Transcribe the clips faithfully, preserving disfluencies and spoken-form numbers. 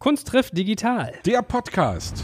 Kunst trifft digital. Der Podcast.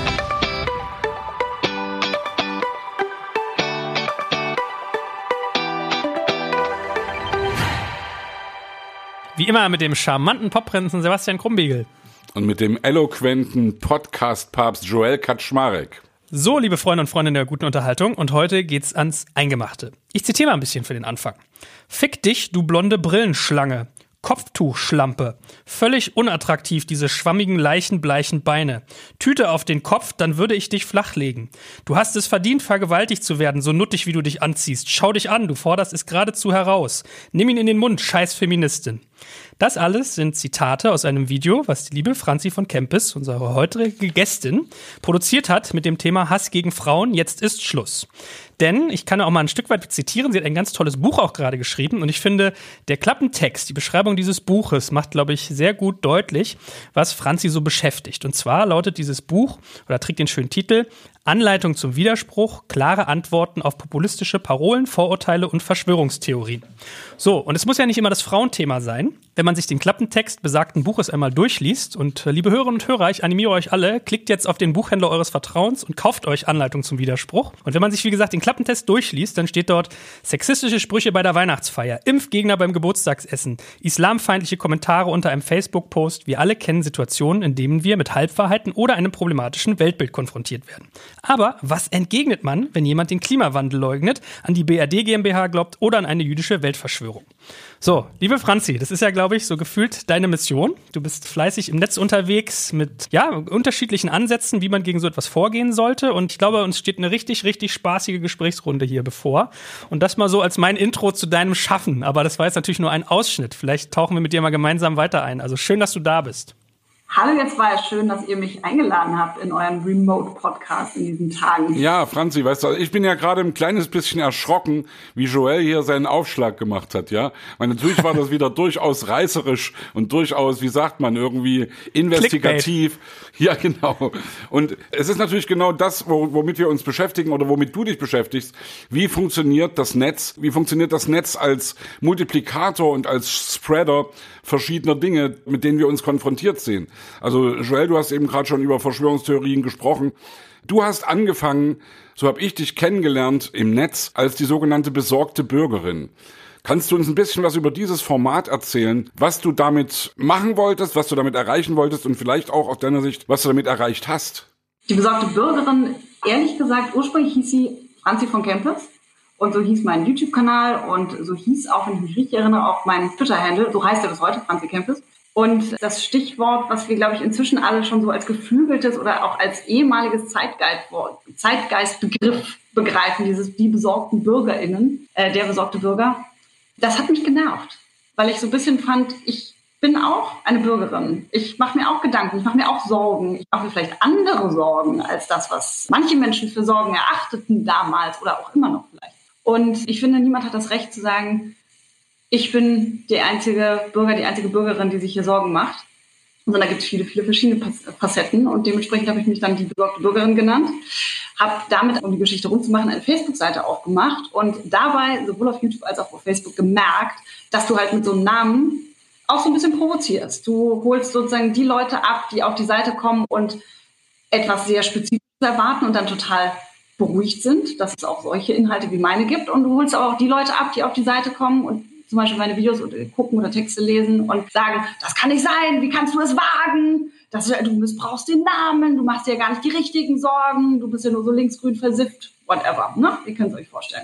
Wie immer mit dem charmanten Popprinzen Sebastian Krumbiegel. Und mit dem eloquenten Podcast-Papst Joel Kaczmarek. So, liebe Freunde und Freundinnen der guten Unterhaltung, und heute geht's ans Eingemachte. Ich zitiere mal ein bisschen für den Anfang. Fick dich, du blonde Brillenschlange. Kopftuchschlampe. Völlig unattraktiv, diese schwammigen, leichenbleichen Beine. Tüte auf den Kopf, dann würde ich dich flachlegen. Du hast es verdient, vergewaltigt zu werden, so nuttig, wie du dich anziehst. Schau dich an, du forderst es geradezu heraus. Nimm ihn in den Mund, scheiß Feministin. Das alles sind Zitate aus einem Video, was die liebe Franzi von Kempis, unsere heutige Gästin, produziert hat mit dem Thema Hass gegen Frauen, jetzt ist Schluss. Denn, ich kann auch mal ein Stück weit zitieren, sie hat ein ganz tolles Buch auch gerade geschrieben und ich finde, der Klappentext, die Beschreibung dieses Buches macht, glaube ich, sehr gut deutlich, was Franzi so beschäftigt. Und zwar lautet dieses Buch, oder trägt den schönen Titel, Anleitung zum Widerspruch, klare Antworten auf populistische Parolen, Vorurteile und Verschwörungstheorien. So, und es muss ja nicht immer das Frauenthema sein. Wenn man sich den Klappentext besagten Buches einmal durchliest, und äh, liebe Hörerinnen und Hörer, ich animiere euch alle, klickt jetzt auf den Buchhändler eures Vertrauens und kauft euch Anleitung zum Widerspruch. Und wenn man sich, wie gesagt, den Klappentest durchliest, dann steht dort sexistische Sprüche bei der Weihnachtsfeier, Impfgegner beim Geburtstagsessen, islamfeindliche Kommentare unter einem Facebook-Post. Wir alle kennen Situationen, in denen wir mit Halbwahrheiten oder einem problematischen Weltbild konfrontiert werden. Aber was entgegnet man, wenn jemand den Klimawandel leugnet, an die B R D GmbH glaubt oder an eine jüdische Weltverschwörung? So, liebe Franzi, das ist ja, glaube ich, so gefühlt deine Mission. Du bist fleißig im Netz unterwegs mit, ja, unterschiedlichen Ansätzen, wie man gegen so etwas vorgehen sollte. Und ich glaube, uns steht eine richtig, richtig spaßige Gesprächsrunde hier bevor. Und das mal so als mein Intro zu deinem Schaffen. Aber das war jetzt natürlich nur ein Ausschnitt. Vielleicht tauchen wir mit dir mal gemeinsam weiter ein. Also schön, dass du da bist. Hallo, jetzt war es schön, dass ihr mich eingeladen habt in euren Remote-Podcast in diesen Tagen. Ja, Franzi, weißt du, ich bin ja gerade ein kleines bisschen erschrocken, wie Joel hier seinen Aufschlag gemacht hat, ja. Weil natürlich war das wieder durchaus reißerisch und durchaus, wie sagt man, irgendwie investigativ. Clickbait. Ja, genau. Und es ist natürlich genau das, womit wir uns beschäftigen oder womit du dich beschäftigst. Wie funktioniert das Netz? Wie funktioniert das Netz als Multiplikator und als Spreader verschiedener Dinge, mit denen wir uns konfrontiert sehen? Also Joel, du hast eben gerade schon über Verschwörungstheorien gesprochen. Du hast angefangen, so habe ich dich kennengelernt im Netz, als die sogenannte besorgte Bürgerin. Kannst du uns ein bisschen was über dieses Format erzählen, was du damit machen wolltest, was du damit erreichen wolltest und vielleicht auch aus deiner Sicht, was du damit erreicht hast? Die besorgte Bürgerin, ehrlich gesagt, ursprünglich hieß sie Franzi von Kempis. Und so hieß mein YouTube-Kanal und so hieß auch, wenn ich mich richtig erinnere, auch mein Twitter-Handle. So heißt er bis heute, Franzi Kempis. Und das Stichwort, was wir, glaube ich, inzwischen alle schon so als geflügeltes oder auch als ehemaliges Zeitgeistwort, Zeitgeistbegriff begreifen, dieses die besorgten BürgerInnen, äh, der besorgte Bürger, das hat mich genervt. Weil ich so ein bisschen fand, ich bin auch eine Bürgerin. Ich mache mir auch Gedanken, ich mache mir auch Sorgen. Ich mache mir vielleicht andere Sorgen als das, was manche Menschen für Sorgen erachteten damals oder auch immer noch vielleicht. Und ich finde, niemand hat das Recht zu sagen, ich bin der einzige Bürger, die einzige Bürgerin, die sich hier Sorgen macht. Sondern da gibt es viele, viele verschiedene Facetten. Und dementsprechend habe ich mich dann die besorgte Bürgerin genannt. Habe damit, um die Geschichte rumzumachen, eine Facebook-Seite aufgemacht. Und dabei, sowohl auf YouTube als auch auf Facebook, gemerkt, dass du halt mit so einem Namen auch so ein bisschen provozierst. Du holst sozusagen die Leute ab, die auf die Seite kommen und etwas sehr Spezifisches erwarten und dann total beruhigt sind, dass es auch solche Inhalte wie meine gibt. Und du holst aber auch die Leute ab, die auf die Seite kommen und zum Beispiel meine Videos gucken oder Texte lesen und sagen, das kann nicht sein, wie kannst du es wagen? Das, du missbrauchst den Namen, du machst dir ja gar nicht die richtigen Sorgen, du bist ja nur so linksgrün versifft, whatever. Ne? Ihr könnt es euch vorstellen.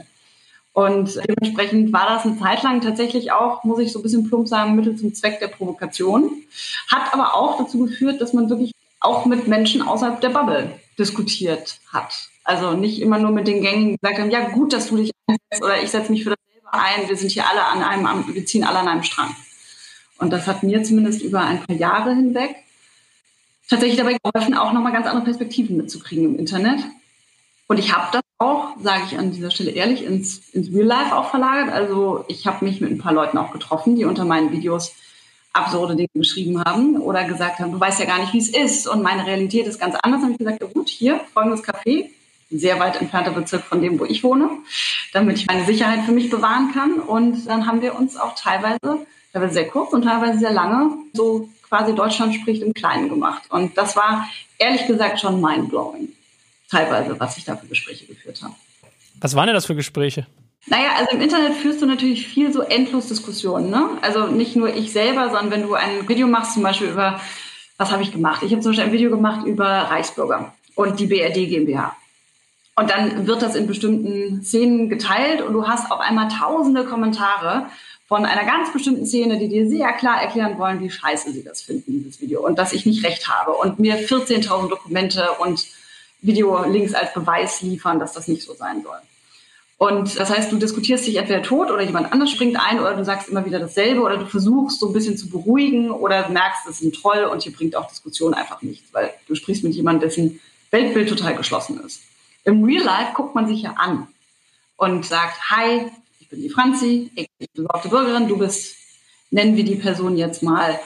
Und dementsprechend war das eine Zeit lang tatsächlich auch, muss ich so ein bisschen plump sagen, Mittel zum Zweck der Provokation. Hat aber auch dazu geführt, dass man wirklich auch mit Menschen außerhalb der Bubble diskutiert hat. Also nicht immer nur mit den Gängen, die gesagt haben, ja gut, dass du dich einsetzt oder ich setze mich für dasselbe ein, wir sind hier alle an einem, wir ziehen alle an einem Strang. Und das hat mir zumindest über ein paar Jahre hinweg tatsächlich dabei geholfen, auch nochmal ganz andere Perspektiven mitzukriegen im Internet. Und ich habe das auch, sage ich an dieser Stelle ehrlich, ins, ins Real Life auch verlagert. Also ich habe mich mit ein paar Leuten auch getroffen, die unter meinen Videos absurde Dinge geschrieben haben oder gesagt haben, du weißt ja gar nicht, wie es ist und meine Realität ist ganz anders. Dann habe ich gesagt, ja gut, hier, folgendes Café, ein sehr weit entfernter Bezirk von dem, wo ich wohne, damit ich meine Sicherheit für mich bewahren kann. Und dann haben wir uns auch teilweise, teilweise sehr kurz und teilweise sehr lange so quasi Deutschland spricht im Kleinen gemacht. Und das war ehrlich gesagt schon mindblowing, teilweise, was ich da für Gespräche geführt habe. Was waren denn das für Gespräche? Naja, also im Internet führst du natürlich viel so endlos Diskussionen, ne? Also nicht nur ich selber, sondern wenn du ein Video machst, zum Beispiel über, was habe ich gemacht? Ich habe zum Beispiel ein Video gemacht über Reichsbürger und die B R D GmbH. Und dann wird das in bestimmten Szenen geteilt und du hast auf einmal tausende Kommentare von einer ganz bestimmten Szene, die dir sehr klar erklären wollen, wie scheiße sie das finden, dieses Video, und dass ich nicht recht habe und mir vierzehntausend Dokumente und Videolinks als Beweis liefern, dass das nicht so sein soll. Und das heißt, du diskutierst dich entweder tot oder jemand anders springt ein oder du sagst immer wieder dasselbe oder du versuchst so ein bisschen zu beruhigen oder merkst, das ist ein Troll und hier bringt auch Diskussion einfach nichts, weil du sprichst mit jemandem, dessen Weltbild total geschlossen ist. Im Real Life guckt man sich ja an und sagt, hi, ich bin die Franzi, ich bin besorgte Bürgerin, du bist, nennen wir die Person jetzt mal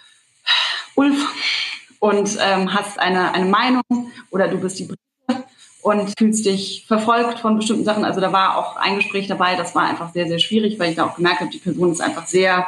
Ulf und ähm, hast eine, eine Meinung oder du bist die Brigitte und fühlst dich verfolgt von bestimmten Sachen. Also da war auch ein Gespräch dabei, das war einfach sehr, sehr schwierig, weil ich da auch gemerkt habe, die Person ist einfach sehr,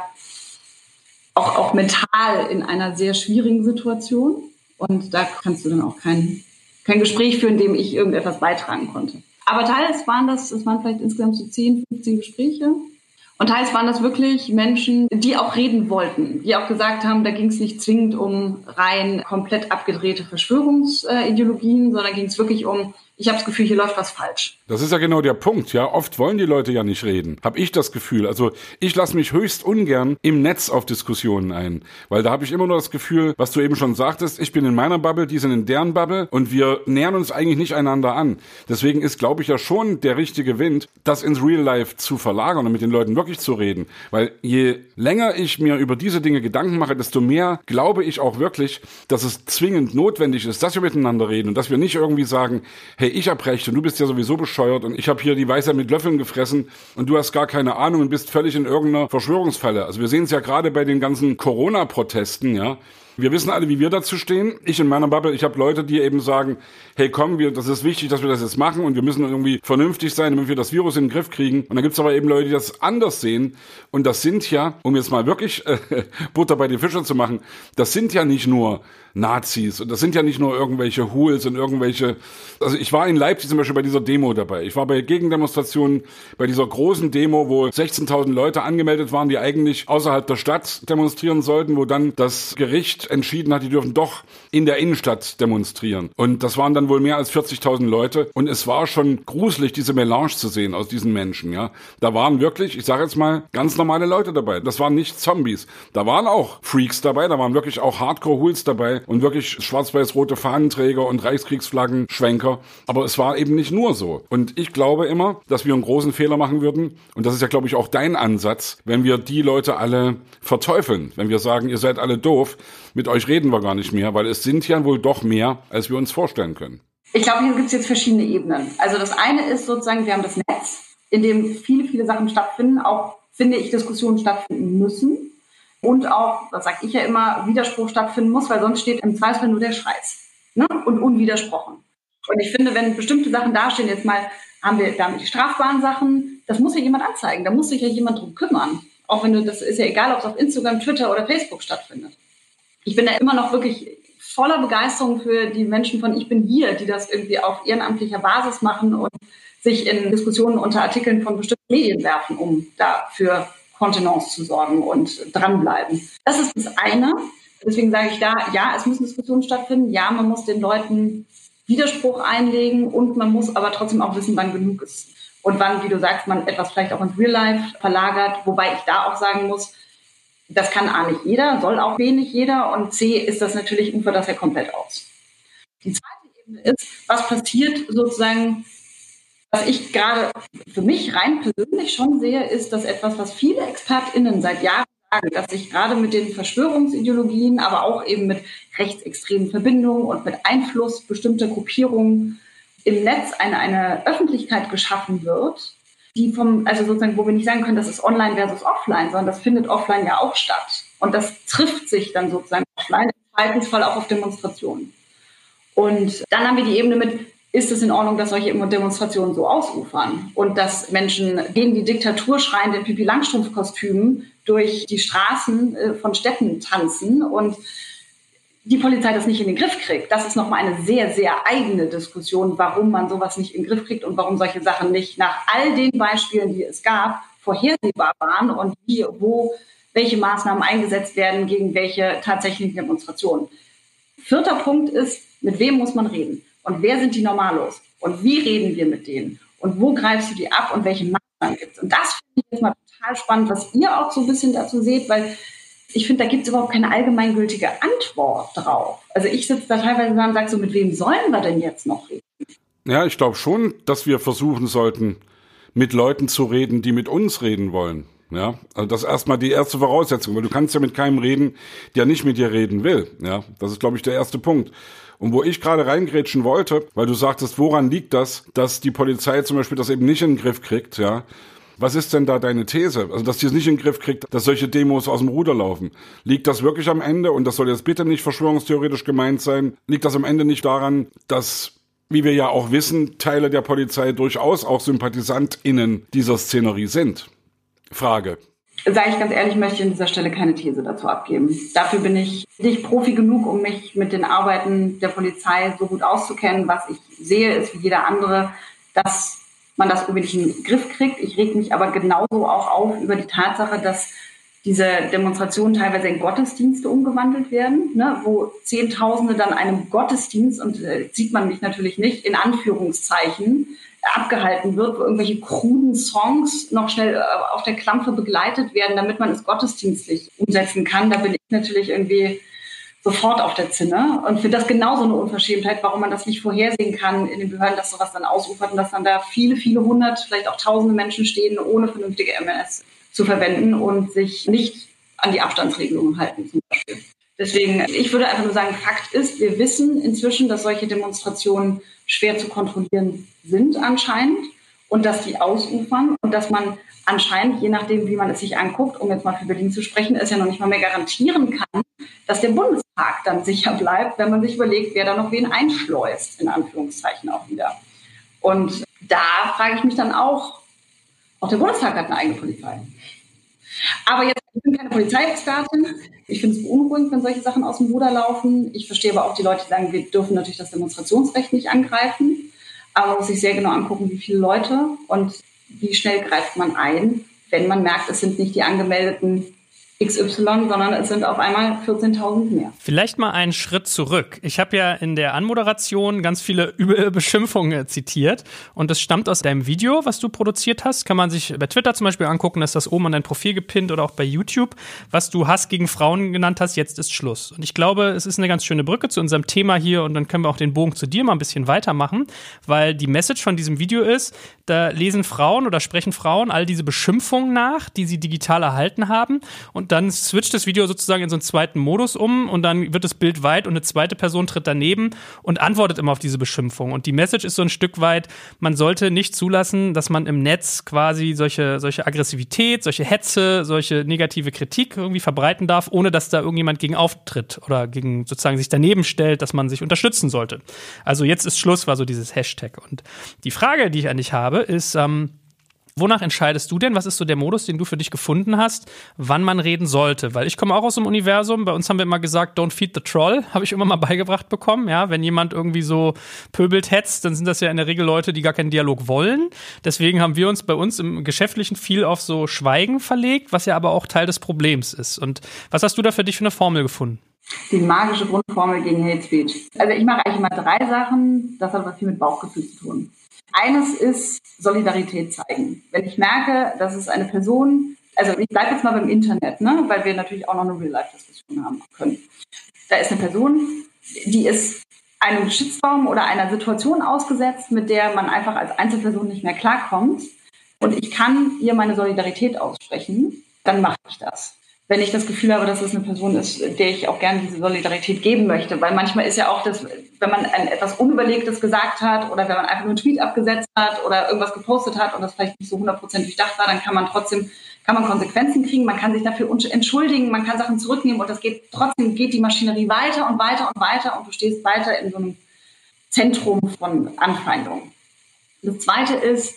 auch, auch mental in einer sehr schwierigen Situation und da kannst du dann auch kein kein Gespräch führen, in dem ich irgendetwas beitragen konnte. Aber teils waren das, es waren vielleicht insgesamt so zehn, fünfzehn Gespräche. Und teils waren das wirklich Menschen, die auch reden wollten, die auch gesagt haben, da ging es nicht zwingend um rein komplett abgedrehte Verschwörungsideologien, sondern ging es wirklich um, ich habe das Gefühl, hier läuft was falsch. Das ist ja genau der Punkt, ja. Oft wollen die Leute ja nicht reden, habe ich das Gefühl. Also ich lasse mich höchst ungern im Netz auf Diskussionen ein, weil da habe ich immer nur das Gefühl, was du eben schon sagtest, ich bin in meiner Bubble, die sind in deren Bubble und wir nähern uns eigentlich nicht einander an. Deswegen ist, glaube ich, ja schon der richtige Wind, das ins Real Life zu verlagern und mit den Leuten wirklich zu reden. Weil je länger ich mir über diese Dinge Gedanken mache, desto mehr glaube ich auch wirklich, dass es zwingend notwendig ist, dass wir miteinander reden und dass wir nicht irgendwie sagen, hey, ich hab recht und du bist ja sowieso bescheuert und ich habe hier die Weisheit mit Löffeln gefressen und du hast gar keine Ahnung und bist völlig in irgendeiner Verschwörungsfalle. Also wir sehen es ja gerade bei den ganzen Corona-Protesten, ja. Wir wissen alle, wie wir dazu stehen. Ich in meiner Bubble, ich habe Leute, die eben sagen, hey komm, wir, das ist wichtig, dass wir das jetzt machen und wir müssen irgendwie vernünftig sein, damit wir das Virus in den Griff kriegen. Und dann gibt's aber eben Leute, die das anders sehen. Und das sind ja, um jetzt mal wirklich äh, Butter bei den Fischen zu machen, das sind ja nicht nur Nazis und das sind ja nicht nur irgendwelche Hools und irgendwelche, also ich war in Leipzig zum Beispiel bei dieser Demo dabei. Ich war bei Gegendemonstrationen, bei dieser großen Demo, wo sechzehntausend Leute angemeldet waren, die eigentlich außerhalb der Stadt demonstrieren sollten, wo dann das Gericht entschieden hat, die dürfen doch in der Innenstadt demonstrieren. Und das waren dann wohl mehr als vierzigtausend Leute und es war schon gruselig, diese Melange zu sehen aus diesen Menschen, ja. Da waren wirklich, ich sage jetzt mal, ganz normale Leute dabei. Das waren nicht Zombies. Da waren auch Freaks dabei, da waren wirklich auch Hardcore-Hools dabei und wirklich schwarz-weiß-rote Fahnenträger und Reichskriegsflaggenschwenker. Aber es war eben nicht nur so. Und ich glaube immer, dass wir einen großen Fehler machen würden. Und das ist ja, glaube ich, auch dein Ansatz, wenn wir die Leute alle verteufeln. Wenn wir sagen, ihr seid alle doof, mit euch reden wir gar nicht mehr, weil es sind ja wohl doch mehr, als wir uns vorstellen können. Ich glaube, hier gibt es jetzt verschiedene Ebenen. Also das eine ist sozusagen, wir haben das Netz, in dem viele, viele Sachen stattfinden, auch, finde ich, Diskussionen stattfinden müssen. Und auch, das sage ich ja immer, Widerspruch stattfinden muss, weil sonst steht im Zweifelsfall nur der Scheiß, ne? Und unwidersprochen. Und ich finde, wenn bestimmte Sachen dastehen, jetzt mal haben wir damit die strafbaren Sachen, das muss ja jemand anzeigen, da muss sich ja jemand drum kümmern. Auch wenn du, das ist ja egal, ob es auf Instagram, Twitter oder Facebook stattfindet. Ich bin da immer noch wirklich voller Begeisterung für die Menschen von Ich bin hier, die das irgendwie auf ehrenamtlicher Basis machen und sich in Diskussionen unter Artikeln von bestimmten Medien werfen, um dafür Kontenance zu sorgen und dranbleiben. Das ist das eine. Deswegen sage ich da, ja, es müssen Diskussionen stattfinden. Ja, man muss den Leuten Widerspruch einlegen und man muss aber trotzdem auch wissen, wann genug ist. Und wann, wie du sagst, man etwas vielleicht auch ins Real Life verlagert. Wobei ich da auch sagen muss, das kann A nicht jeder, soll auch B nicht jeder. Und C ist das natürlich, ufert das ja komplett aus. Die zweite Ebene ist, was passiert sozusagen. Was ich gerade für mich rein persönlich schon sehe, ist, dass etwas, was viele ExpertInnen seit Jahren sagen, dass sich gerade mit den Verschwörungsideologien, aber auch eben mit rechtsextremen Verbindungen und mit Einfluss bestimmter Gruppierungen im Netz eine, eine Öffentlichkeit geschaffen wird, die vom, also sozusagen, wo wir nicht sagen können, das ist online versus offline, sondern das findet offline ja auch statt. Und das trifft sich dann sozusagen offline, im Zweifelsfall auch auf Demonstrationen. Und dann haben wir die Ebene mit, ist es in Ordnung, dass solche Demonstrationen so ausufern und dass Menschen gegen die Diktatur schreiend in Pipi-Langstrumpf-Kostümen durch die Straßen äh, von Städten tanzen und die Polizei das nicht in den Griff kriegt. Das ist nochmal eine sehr, sehr eigene Diskussion, warum man sowas nicht in den Griff kriegt und warum solche Sachen nicht nach all den Beispielen, die es gab, vorhersehbar waren und wie, wo, welche Maßnahmen eingesetzt werden gegen welche tatsächlichen Demonstrationen. Vierter Punkt ist, mit wem muss man reden? Und wer sind die Normalos? Und wie reden wir mit denen? Und wo greifst du die ab und welche Maßnahmen gibt es? Und das finde ich jetzt mal total spannend, was ihr auch so ein bisschen dazu seht, weil ich finde, da gibt es überhaupt keine allgemeingültige Antwort drauf. Also ich sitze da teilweise da und sage so, mit wem sollen wir denn jetzt noch reden? Ja, ich glaube schon, dass wir versuchen sollten, mit Leuten zu reden, die mit uns reden wollen. Ja, also das ist erstmal die erste Voraussetzung, weil du kannst ja mit keinem reden, der nicht mit dir reden will. Ja, das ist, glaube ich, der erste Punkt. Und wo ich gerade reingrätschen wollte, weil du sagtest, woran liegt das, dass die Polizei zum Beispiel das eben nicht in den Griff kriegt, ja? Was ist denn da deine These? Also, dass die es nicht in den Griff kriegt, dass solche Demos aus dem Ruder laufen. Liegt das wirklich am Ende, und das soll jetzt bitte nicht verschwörungstheoretisch gemeint sein, liegt das am Ende nicht daran, dass, wie wir ja auch wissen, Teile der Polizei durchaus auch SympathisantInnen dieser Szenerie sind? Frage. Sage ich ganz ehrlich, möchte ich an dieser Stelle keine These dazu abgeben. Dafür bin ich nicht Profi genug, um mich mit den Arbeiten der Polizei so gut auszukennen. Was ich sehe, ist wie jeder andere, dass man das irgendwie nicht in den Griff kriegt. Ich reg mich aber genauso auch auf über die Tatsache, dass diese Demonstrationen teilweise in Gottesdienste umgewandelt werden, ne, wo Zehntausende dann einem Gottesdienst, und äh, sieht man mich natürlich nicht, in Anführungszeichen, abgehalten wird, wo irgendwelche kruden Songs noch schnell äh, auf der Klampfe begleitet werden, damit man es gottesdienstlich umsetzen kann. Da bin ich natürlich irgendwie sofort auf der Zinne und finde das genauso eine Unverschämtheit, warum man das nicht vorhersehen kann in den Behörden, dass sowas dann ausufert und dass dann da viele, viele hundert, vielleicht auch tausende Menschen stehen, ohne vernünftige M M S zu verwenden und sich nicht an die Abstandsregelungen halten zum Beispiel. Deswegen, ich würde einfach nur sagen, Fakt ist, wir wissen inzwischen, dass solche Demonstrationen schwer zu kontrollieren sind anscheinend und dass die ausufern und dass man anscheinend, je nachdem, wie man es sich anguckt, um jetzt mal für Berlin zu sprechen, es ja noch nicht mal mehr garantieren kann, dass der Bundestag dann sicher bleibt, wenn man sich überlegt, wer da noch wen einschleust, in Anführungszeichen auch wieder. Und da frage ich mich dann auch, auch der Bundestag hat eine eigene Polizei. Aber jetzt, ich bin keine Polizeiexpertin. Ich finde es beunruhigend, wenn solche Sachen aus dem Ruder laufen. Ich verstehe aber auch die Leute, die sagen, wir dürfen natürlich das Demonstrationsrecht nicht angreifen. Aber man muss sich sehr genau angucken, wie viele Leute und wie schnell greift man ein, wenn man merkt, es sind nicht die angemeldeten X Y, sondern es sind auf einmal vierzehntausend mehr. Vielleicht mal einen Schritt zurück. Ich habe ja in der Anmoderation ganz viele üble Beschimpfungen zitiert und das stammt aus deinem Video, was du produziert hast. Kann man sich bei Twitter zum Beispiel angucken, ist das oben an dein Profil gepinnt oder auch bei YouTube, was du Hass gegen Frauen genannt hast, jetzt ist Schluss. Und ich glaube, es ist eine ganz schöne Brücke zu unserem Thema hier und dann können wir auch den Bogen zu dir mal ein bisschen weitermachen, weil die Message von diesem Video ist, da lesen Frauen oder sprechen Frauen all diese Beschimpfungen nach, die sie digital erhalten haben und dann switcht das Video sozusagen in so einen zweiten Modus um und dann wird das Bild weit und eine zweite Person tritt daneben und antwortet immer auf diese Beschimpfung. Und die Message ist so ein Stück weit, man sollte nicht zulassen, dass man im Netz quasi solche, solche Aggressivität, solche Hetze, solche negative Kritik irgendwie verbreiten darf, ohne dass da irgendjemand gegen auftritt oder gegen sozusagen sich daneben stellt, dass man sich unterstützen sollte. Also jetzt ist Schluss, war so dieses Hashtag. Und die Frage, die ich an dich habe, ist, ähm, wonach entscheidest du denn? Was ist so der Modus, den du für dich gefunden hast, wann man reden sollte? Weil ich komme auch aus dem Universum. Bei uns haben wir immer gesagt, don't feed the troll. Habe ich immer mal beigebracht bekommen. Ja, wenn jemand irgendwie so pöbelt, hetzt, dann sind das ja in der Regel Leute, die gar keinen Dialog wollen. Deswegen haben wir uns bei uns im Geschäftlichen viel auf so Schweigen verlegt, was ja aber auch Teil des Problems ist. Und was hast du da für dich für eine Formel gefunden? Die magische Grundformel gegen Hate Speech. Also ich mache eigentlich immer drei Sachen. Das hat was viel mit Bauchgefühl zu tun. Eines ist Solidarität zeigen. Wenn ich merke, dass es eine Person, also ich bleibe jetzt mal beim Internet, ne, weil wir natürlich auch noch eine Real-Life-Diskussion haben können. Da ist eine Person, die ist einem Shitstorm oder einer Situation ausgesetzt, mit der man einfach als Einzelperson nicht mehr klarkommt. Und ich kann ihr meine Solidarität aussprechen, dann mache ich das. Wenn ich das Gefühl habe, dass es eine Person ist, der ich auch gerne diese Solidarität geben möchte. Weil manchmal ist ja auch das, wenn man ein etwas Unüberlegtes gesagt hat oder wenn man einfach nur einen Tweet abgesetzt hat oder irgendwas gepostet hat und das vielleicht nicht so hundert Prozent durchdacht war, dann kann man trotzdem, kann man Konsequenzen kriegen, man kann sich dafür entschuldigen, man kann Sachen zurücknehmen und das geht, trotzdem geht die Maschinerie weiter und weiter und weiter und du stehst weiter in so einem Zentrum von Anfeindung. Das Zweite ist,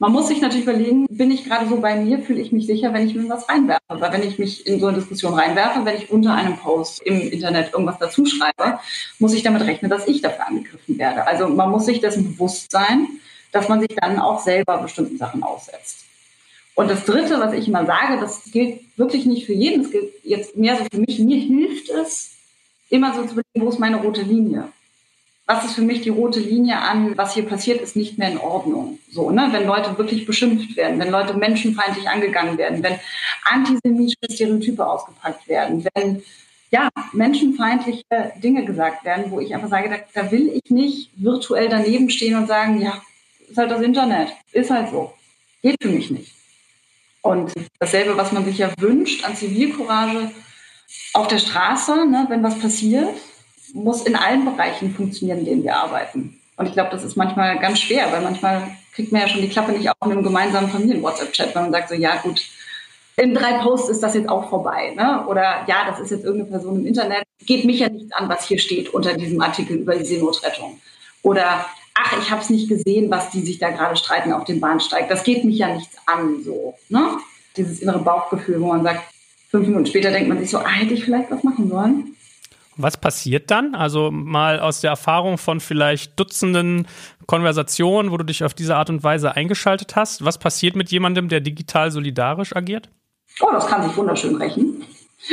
Man muss sich natürlich überlegen, bin ich gerade so bei mir, fühle ich mich sicher, wenn ich mir was reinwerfe. Weil wenn ich mich in so eine Diskussion reinwerfe, wenn ich unter einem Post im Internet irgendwas dazu schreibe, muss ich damit rechnen, dass ich dafür angegriffen werde. Also man muss sich dessen bewusst sein, dass man sich dann auch selber bestimmten Sachen aussetzt. Und das Dritte, was ich immer sage, das gilt wirklich nicht für jeden, das gilt jetzt mehr so für mich. Mir hilft es, immer so zu überlegen, wo ist meine rote Linie? Was ist für mich die rote Linie an, was hier passiert, ist nicht mehr in Ordnung. So, ne? Wenn Leute wirklich beschimpft werden, wenn Leute menschenfeindlich angegangen werden, wenn antisemitische Stereotype ausgepackt werden, wenn ja, menschenfeindliche Dinge gesagt werden, wo ich einfach sage, da, da will ich nicht virtuell daneben stehen und sagen, ja, ist halt das Internet, ist halt so. Geht für mich nicht. Und dasselbe, was man sich ja wünscht an Zivilcourage auf der Straße, ne, wenn was passiert, muss in allen Bereichen funktionieren, in denen wir arbeiten. Und ich glaube, das ist manchmal ganz schwer, weil manchmal kriegt man ja schon die Klappe nicht auf in einem gemeinsamen Familien-WhatsApp-Chat, weil man sagt so, ja gut, in drei Posts ist das jetzt auch vorbei. Ne? Oder ja, das ist jetzt irgendeine Person im Internet, geht mich ja nichts an, was hier steht unter diesem Artikel über die Seenotrettung. Oder ach, ich habe es nicht gesehen, was die sich da gerade streiten auf dem Bahnsteig. Das geht mich ja nichts an. So, ne? Dieses innere Bauchgefühl, wo man sagt, fünf Minuten später denkt man sich so, ah, hätte ich vielleicht was machen sollen? Was passiert dann? Also mal aus der Erfahrung von vielleicht Dutzenden Konversationen, wo du dich auf diese Art und Weise eingeschaltet hast. Was passiert mit jemandem, der digital solidarisch agiert? Oh, das kann sich wunderschön rächen.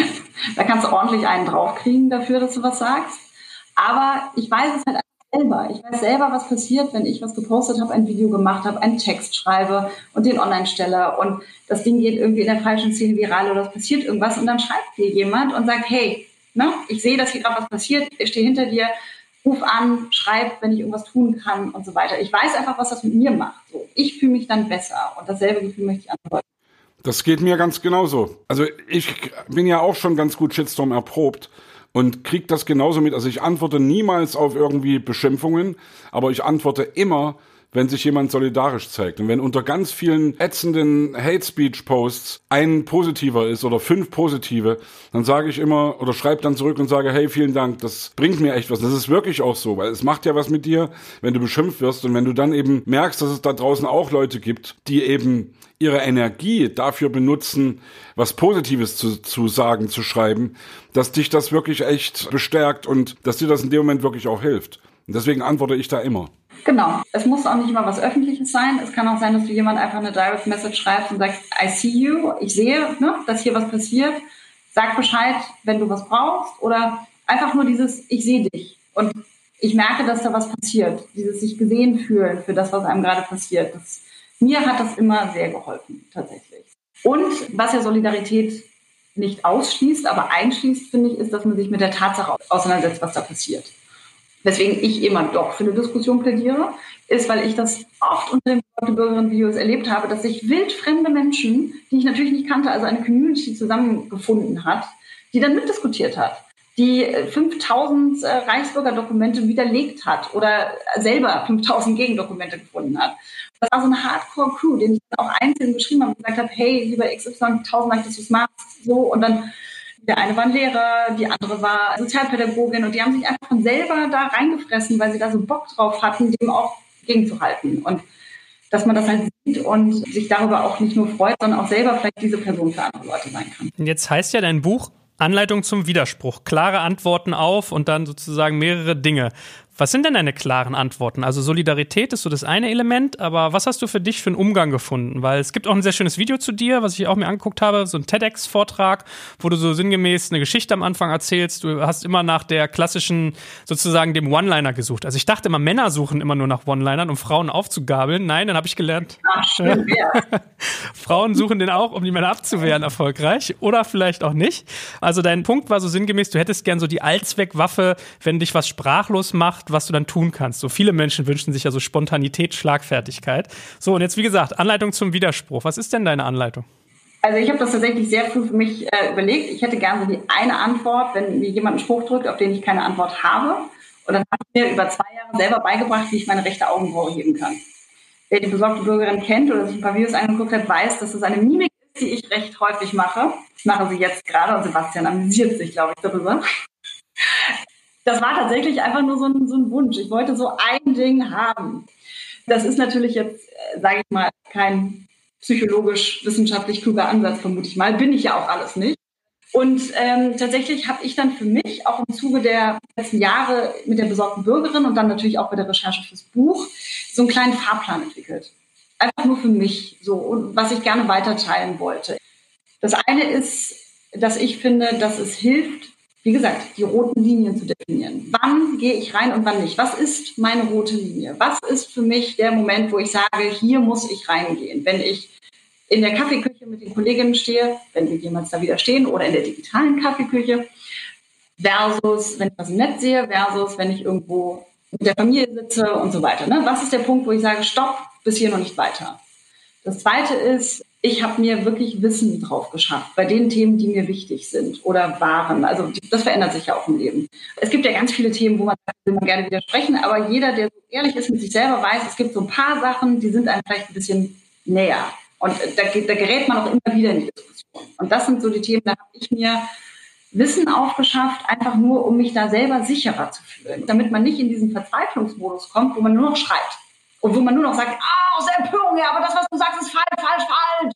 Da kannst du ordentlich einen draufkriegen dafür, dass du was sagst. Aber ich weiß es halt selber. Ich weiß selber, was passiert, wenn ich was gepostet habe, ein Video gemacht habe, einen Text schreibe und den online stelle und das Ding geht irgendwie in der falschen Szene viral oder es passiert irgendwas und dann schreibt dir jemand und sagt, hey, ne, ich sehe, dass hier gerade was passiert, ich stehe hinter dir, ruf an, schreib, wenn ich irgendwas tun kann und so weiter. Ich weiß einfach, was das mit mir macht. So, ich fühle mich dann besser und dasselbe Gefühl möchte ich anderen. Das geht mir ganz genauso. Also ich bin ja auch schon ganz gut Shitstorm erprobt und krieg das genauso mit. Also ich antworte niemals auf irgendwie Beschimpfungen, aber ich antworte immer, wenn sich jemand solidarisch zeigt. Und wenn unter ganz vielen ätzenden Hate-Speech-Posts ein positiver ist oder fünf positive, dann sage ich immer oder schreibe dann zurück und sage, hey, vielen Dank, das bringt mir echt was. Das ist wirklich auch so, weil es macht ja was mit dir, wenn du beschimpft wirst und wenn du dann eben merkst, dass es da draußen auch Leute gibt, die eben ihre Energie dafür benutzen, was Positives zu, zu sagen, zu schreiben, dass dich das wirklich echt bestärkt und dass dir das in dem Moment wirklich auch hilft. Und deswegen antworte ich da immer. Genau. Es muss auch nicht immer was Öffentliches sein. Es kann auch sein, dass du jemand einfach eine Direct Message schreibst und sagst, I see you, ich sehe, ne, dass hier was passiert. Sag Bescheid, wenn du was brauchst. Oder einfach nur dieses, ich sehe dich. Und ich merke, dass da was passiert. Dieses sich gesehen fühlen für das, was einem gerade passiert. Das, mir hat das immer sehr geholfen, tatsächlich. Und was ja Solidarität nicht ausschließt, aber einschließt, finde ich, ist, dass man sich mit der Tatsache auseinandersetzt, was da passiert. Weswegen ich immer doch für eine Diskussion plädiere, ist, weil ich das oft unter den Bürgerinnen-Videos erlebt habe, dass sich wildfremde Menschen, die ich natürlich nicht kannte, also eine Community zusammengefunden hat, die dann mitdiskutiert hat, die fünftausend Reichsbürgerdokumente widerlegt hat oder selber fünftausend Gegendokumente gefunden hat. Das war so eine Hardcore-Crew, den ich dann auch einzeln geschrieben habe und gesagt habe, hey, lieber X Y, tausend Dank, dass du es machst, so, und dann der eine war ein Lehrer, die andere war Sozialpädagogin und die haben sich einfach von selber da reingefressen, weil sie da so Bock drauf hatten, dem auch gegenzuhalten. Und dass man das halt sieht und sich darüber auch nicht nur freut, sondern auch selber vielleicht diese Person für andere Leute sein kann. Jetzt heißt ja dein Buch Anleitung zum Widerspruch. Klare Antworten auf und dann sozusagen mehrere Dinge. Was sind denn deine klaren Antworten? Also Solidarität ist so das eine Element, aber was hast du für dich für einen Umgang gefunden? Weil es gibt auch ein sehr schönes Video zu dir, was ich auch mir angeguckt habe, so ein TEDx-Vortrag, wo du so sinngemäß eine Geschichte am Anfang erzählst. Du hast immer nach der klassischen, sozusagen dem One-Liner gesucht. Also ich dachte immer, Männer suchen immer nur nach One-Linern, um Frauen aufzugabeln. Nein, dann habe ich gelernt, Ach, schön, ja. Frauen suchen den auch, um die Männer abzuwehren, erfolgreich. Oder vielleicht auch nicht. Also dein Punkt war so sinngemäß, du hättest gern so die Allzweckwaffe, wenn dich was sprachlos macht, was du dann tun kannst. So viele Menschen wünschen sich ja so Spontanität, Schlagfertigkeit. So, und jetzt wie gesagt, Anleitung zum Widerspruch. Was ist denn deine Anleitung? Also ich habe das tatsächlich sehr früh für mich äh, überlegt. Ich hätte gerne so die eine Antwort, wenn mir jemand einen Spruch drückt, auf den ich keine Antwort habe. Und dann habe ich mir über zwei Jahre selber beigebracht, wie ich meine rechte Augenbraue heben kann. Wer die besorgte Bürgerin kennt oder sich ein paar Videos angeguckt hat, weiß, dass das eine Mimik ist, die ich recht häufig mache. Ich mache sie jetzt gerade und Sebastian amüsiert sich, glaube ich, darüber. Das war tatsächlich einfach nur so ein, so ein Wunsch. Ich wollte so ein Ding haben. Das ist natürlich jetzt, sage ich mal, kein psychologisch-wissenschaftlich kluger Ansatz, vermute ich mal. Bin ich ja auch alles nicht. Und ähm, tatsächlich habe ich dann für mich auch im Zuge der letzten Jahre mit der besorgten Bürgerin und dann natürlich auch bei der Recherche fürs Buch so einen kleinen Fahrplan entwickelt. Einfach nur für mich, so, und was ich gerne weiterteilen wollte. Das eine ist, dass ich finde, dass es hilft, wie gesagt, die roten Linien zu definieren. Wann gehe ich rein und wann nicht? Was ist meine rote Linie? Was ist für mich der Moment, wo ich sage, hier muss ich reingehen? Wenn ich in der Kaffeeküche mit den Kolleginnen stehe, wenn wir jemals da wieder stehen, oder in der digitalen Kaffeeküche, versus wenn ich was im Netz sehe, versus wenn ich irgendwo mit der Familie sitze und so weiter. Ne? Was ist der Punkt, wo ich sage, stopp, bis hier noch nicht weiter? Das Zweite ist, ich habe mir wirklich Wissen drauf geschafft bei den Themen, die mir wichtig sind oder waren. Also das verändert sich ja auch im Leben. Es gibt ja ganz viele Themen, wo man, will man gerne widersprechen, aber jeder, der so ehrlich ist mit sich selber, weiß, es gibt so ein paar Sachen, die sind einem vielleicht ein bisschen näher. Und da, da gerät man auch immer wieder in die Diskussion. Und das sind so die Themen, da habe ich mir Wissen aufgeschafft, einfach nur, um mich da selber sicherer zu fühlen. Damit man nicht in diesen Verzweiflungsmodus kommt, wo man nur noch schreit. Und wo man nur noch sagt, ah, aus Empörung, ja, aber das, was du sagst, ist falsch, falsch, falsch.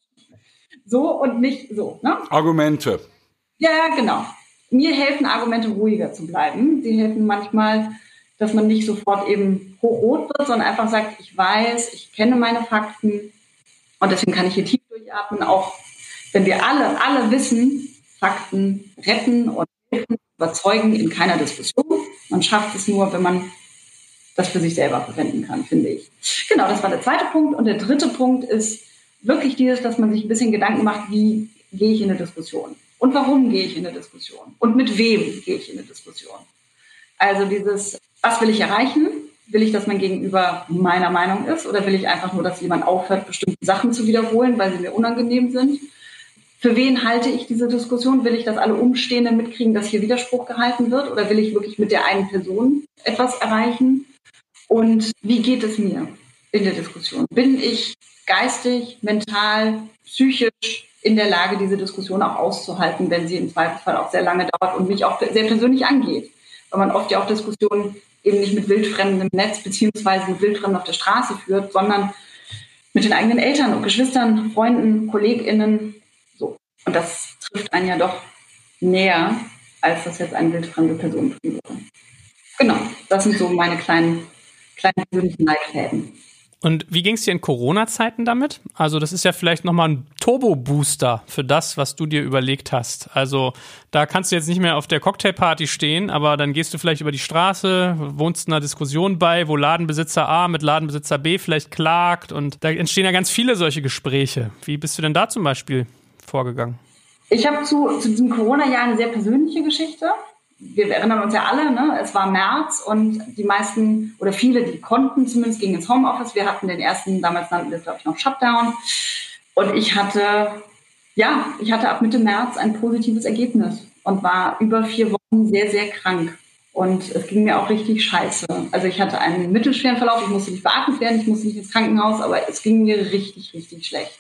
So und nicht so. Ne? Argumente. Ja, genau. Mir helfen Argumente, ruhiger zu bleiben. Sie helfen manchmal, dass man nicht sofort eben hochrot wird, sondern einfach sagt, ich weiß, ich kenne meine Fakten und deswegen kann ich hier tief durchatmen. Auch wenn wir alle, alle wissen, Fakten retten und helfen, überzeugen in keiner Diskussion. Man schafft es nur, wenn man das für sich selber verwenden kann, finde ich. Genau, das war der zweite Punkt. Und der dritte Punkt ist wirklich dieses, dass man sich ein bisschen Gedanken macht, wie gehe ich in eine Diskussion? Und warum gehe ich in eine Diskussion? Und mit wem gehe ich in eine Diskussion? Also dieses, was will ich erreichen? Will ich, dass mein Gegenüber meiner Meinung ist? Oder will ich einfach nur, dass jemand aufhört, bestimmte Sachen zu wiederholen, weil sie mir unangenehm sind? Für wen halte ich diese Diskussion? Will ich, dass alle Umstehenden mitkriegen, dass hier Widerspruch gehalten wird? Oder will ich wirklich mit der einen Person etwas erreichen? Und wie geht es mir in der Diskussion? Bin ich geistig, mental, psychisch in der Lage, diese Diskussion auch auszuhalten, wenn sie im Zweifelsfall auch sehr lange dauert und mich auch sehr persönlich angeht? Weil man oft ja auch Diskussionen eben nicht mit Wildfremden im Netz beziehungsweise mit Wildfremden auf der Straße führt, sondern mit den eigenen Eltern und Geschwistern, Freunden, KollegInnen. So. Und das trifft einen ja doch näher, als das jetzt eine wildfremde Person tun würde. Genau, das sind so meine kleinen kleine persönlichen Leitfäden. Und wie ging es dir in Corona-Zeiten damit? Also das ist ja vielleicht nochmal ein Turbo-Booster für das, was du dir überlegt hast. Also da kannst du jetzt nicht mehr auf der Cocktailparty stehen, aber dann gehst du vielleicht über die Straße, wohnst in einer Diskussion bei, wo Ladenbesitzer A mit Ladenbesitzer B vielleicht klagt und da entstehen ja ganz viele solche Gespräche. Wie bist du denn da zum Beispiel vorgegangen? Ich habe zu, zu diesem Corona-Jahr eine sehr persönliche Geschichte. Wir erinnern uns ja alle, ne? Es war März und die meisten oder viele, die konnten zumindest, gingen ins Homeoffice. Wir hatten den ersten, damals nannten wir es, glaube ich, noch Shutdown. Und ich hatte, ja, ich hatte ab Mitte März ein positives Ergebnis und war über vier Wochen sehr, sehr krank. Und es ging mir auch richtig scheiße. Also ich hatte einen mittelschweren Verlauf, ich musste nicht beatmet werden, ich musste nicht ins Krankenhaus, aber es ging mir richtig, richtig schlecht.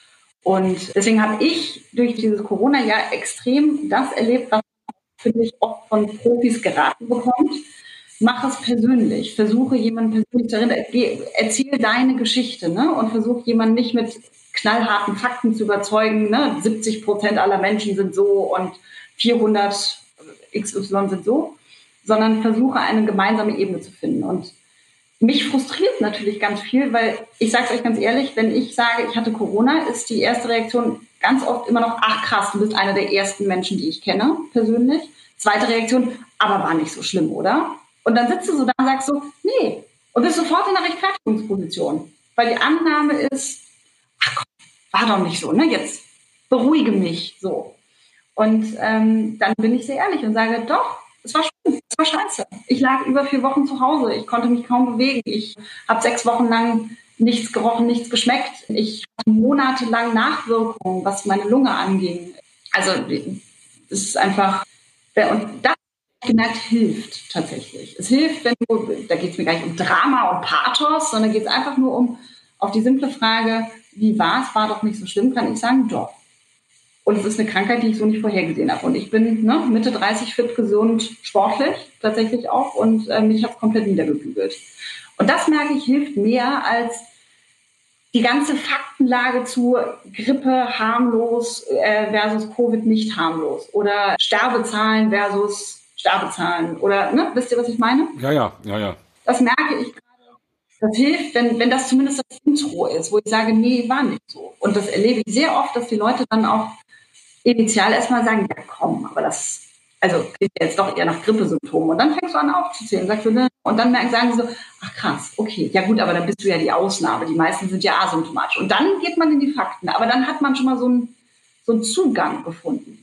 Und deswegen habe ich durch dieses Corona-Jahr extrem das erlebt, was finde ich, oft von Profis geraten bekommt. Mach es persönlich. Versuche jemanden persönlich zu erinnern. Erzähl deine Geschichte, ne? Und versuche jemanden nicht mit knallharten Fakten zu überzeugen. Ne? siebzig Prozent aller Menschen sind so und vierhundert X Y sind so. Sondern versuche eine gemeinsame Ebene zu finden. Und mich frustriert natürlich ganz viel, weil ich sage es euch ganz ehrlich, wenn ich sage, ich hatte Corona, ist die erste Reaktion ganz oft immer noch, ach krass, du bist einer der ersten Menschen, die ich kenne, persönlich. Zweite Reaktion, aber war nicht so schlimm, oder? Und dann sitzt du so da und sagst so, nee. Und bist sofort in einer Rechtfertigungsposition. Weil die Annahme ist, ach komm, war doch nicht so, ne? Jetzt beruhige mich, so. Und ähm, dann bin ich sehr ehrlich und sage, doch, es war schlimm, es war scheiße. Ich lag über vier Wochen zu Hause, ich konnte mich kaum bewegen. Ich habe sechs Wochen lang nichts gerochen, nichts geschmeckt. Ich hatte monatelang Nachwirkungen, was meine Lunge anging. Also das ist einfach, und das habe ich gemerkt, hilft tatsächlich. Es hilft, wenn du, da geht es mir gar nicht um Drama und Pathos, sondern geht es einfach nur um, auf die simple Frage, wie war es, war doch nicht so schlimm, kann ich sagen, doch. Und es ist eine Krankheit, die ich so nicht vorhergesehen habe. Und ich bin ne, Mitte dreißig fit, gesund, sportlich tatsächlich auch. Und äh, mich hat es komplett niedergebügelt. Und das, merke ich, hilft mehr als die ganze Faktenlage zu Grippe harmlos äh, versus Covid nicht harmlos oder Sterbezahlen versus Sterbezahlen oder, ne, wisst ihr, was ich meine? Ja, ja, ja, ja. Das merke ich gerade. Das hilft, wenn, wenn das zumindest das Intro ist, wo ich sage, nee, war nicht so. Und das erlebe ich sehr oft, dass die Leute dann auch initial erstmal sagen, ja komm, aber das, also klingt ja jetzt doch eher nach Grippesymptomen. Und dann fängst du an aufzuzählen, sagst du, ne? Und dann merken, sagen sie so, ach krass, okay, ja gut, aber dann bist du ja die Ausnahme. Die meisten sind ja asymptomatisch. Und dann geht man in die Fakten. Aber dann hat man schon mal so einen, so einen Zugang gefunden.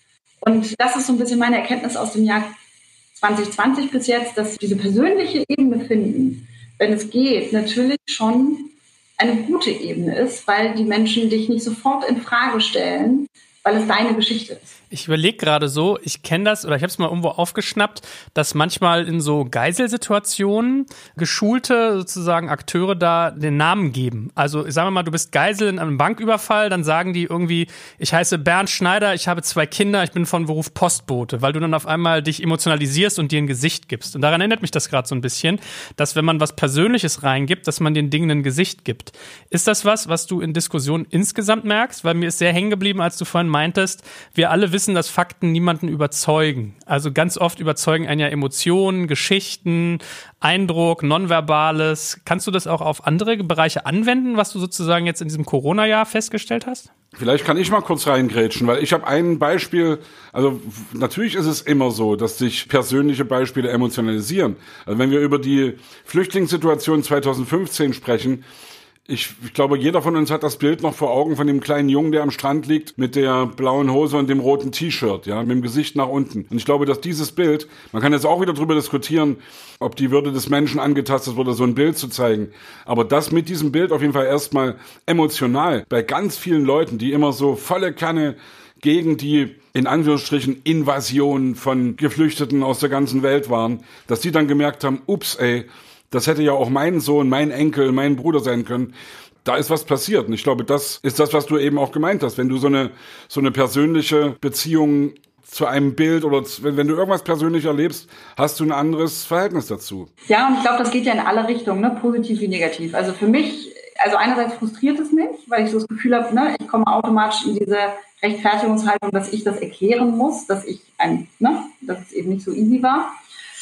Und das ist so ein bisschen meine Erkenntnis aus dem Jahr zwanzig zwanzig bis jetzt, dass diese persönliche Ebene finden, wenn es geht, natürlich schon eine gute Ebene ist, weil die Menschen dich nicht sofort in Frage stellen, weil es deine Geschichte ist. Ich überlege gerade so, ich kenne das oder ich habe es mal irgendwo aufgeschnappt, dass manchmal in so Geiselsituationen geschulte sozusagen Akteure da den Namen geben. Also sagen wir mal, du bist Geisel in einem Banküberfall, dann sagen die irgendwie, ich heiße Bernd Schneider, ich habe zwei Kinder, ich bin von Beruf Postbote, weil du dann auf einmal dich emotionalisierst und dir ein Gesicht gibst. Und daran erinnert mich das gerade so ein bisschen, dass wenn man was Persönliches reingibt, dass man den Dingen ein Gesicht gibt. Ist das was, was du in Diskussionen insgesamt merkst? Weil mir ist sehr hängen geblieben, als du vorhin meintest, wir alle wissen, dass Fakten niemanden überzeugen. Also ganz oft überzeugen einen ja Emotionen, Geschichten, Eindruck, Nonverbales. Kannst du das auch auf andere Bereiche anwenden, was du sozusagen jetzt in diesem Corona-Jahr festgestellt hast? Vielleicht kann ich mal kurz reingrätschen, weil ich habe ein Beispiel, also natürlich ist es immer so, dass sich persönliche Beispiele emotionalisieren. Also wenn wir über die Flüchtlingssituation zwanzig fünfzehn sprechen, Ich, ich glaube, jeder von uns hat das Bild noch vor Augen von dem kleinen Jungen, der am Strand liegt mit der blauen Hose und dem roten T-Shirt, ja, mit dem Gesicht nach unten. Und ich glaube, dass dieses Bild, man kann jetzt auch wieder drüber diskutieren, ob die Würde des Menschen angetastet wurde, so ein Bild zu zeigen. Aber das mit diesem Bild auf jeden Fall erstmal emotional bei ganz vielen Leuten, die immer so volle Kanne gegen die, in Anführungsstrichen, Invasion von Geflüchteten aus der ganzen Welt waren, dass die dann gemerkt haben, ups, ey, das hätte ja auch mein Sohn, mein Enkel, mein Bruder sein können. Da ist was passiert. Und ich glaube, das ist das, was du eben auch gemeint hast. Wenn du so eine, so eine persönliche Beziehung zu einem Bild oder wenn, wenn du irgendwas persönlich erlebst, hast du ein anderes Verhältnis dazu. Ja, und ich glaube, das geht ja in alle Richtungen, ne? Positiv wie negativ. Also für mich, also einerseits frustriert es mich, weil ich so das Gefühl habe, ne, ich komme automatisch in diese Rechtfertigungshaltung, dass ich das erklären muss, dass ich ein, ne, dass es eben nicht so easy war.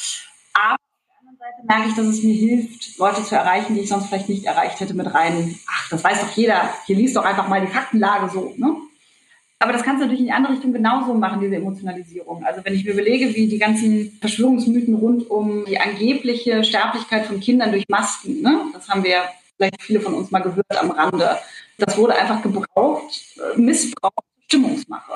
Aber merke ich, dass es mir hilft, Leute zu erreichen, die ich sonst vielleicht nicht erreicht hätte mit rein, ach, das weiß doch jeder, hier liest doch einfach mal die Faktenlage so, ne? Aber das kannst du natürlich in die andere Richtung genauso machen, diese Emotionalisierung. Also wenn ich mir überlege, wie die ganzen Verschwörungsmythen rund um die angebliche Sterblichkeit von Kindern durch Masken, ne? Das haben wir vielleicht viele von uns mal gehört am Rande. Das wurde einfach gebraucht, missbraucht, Stimmungsmache.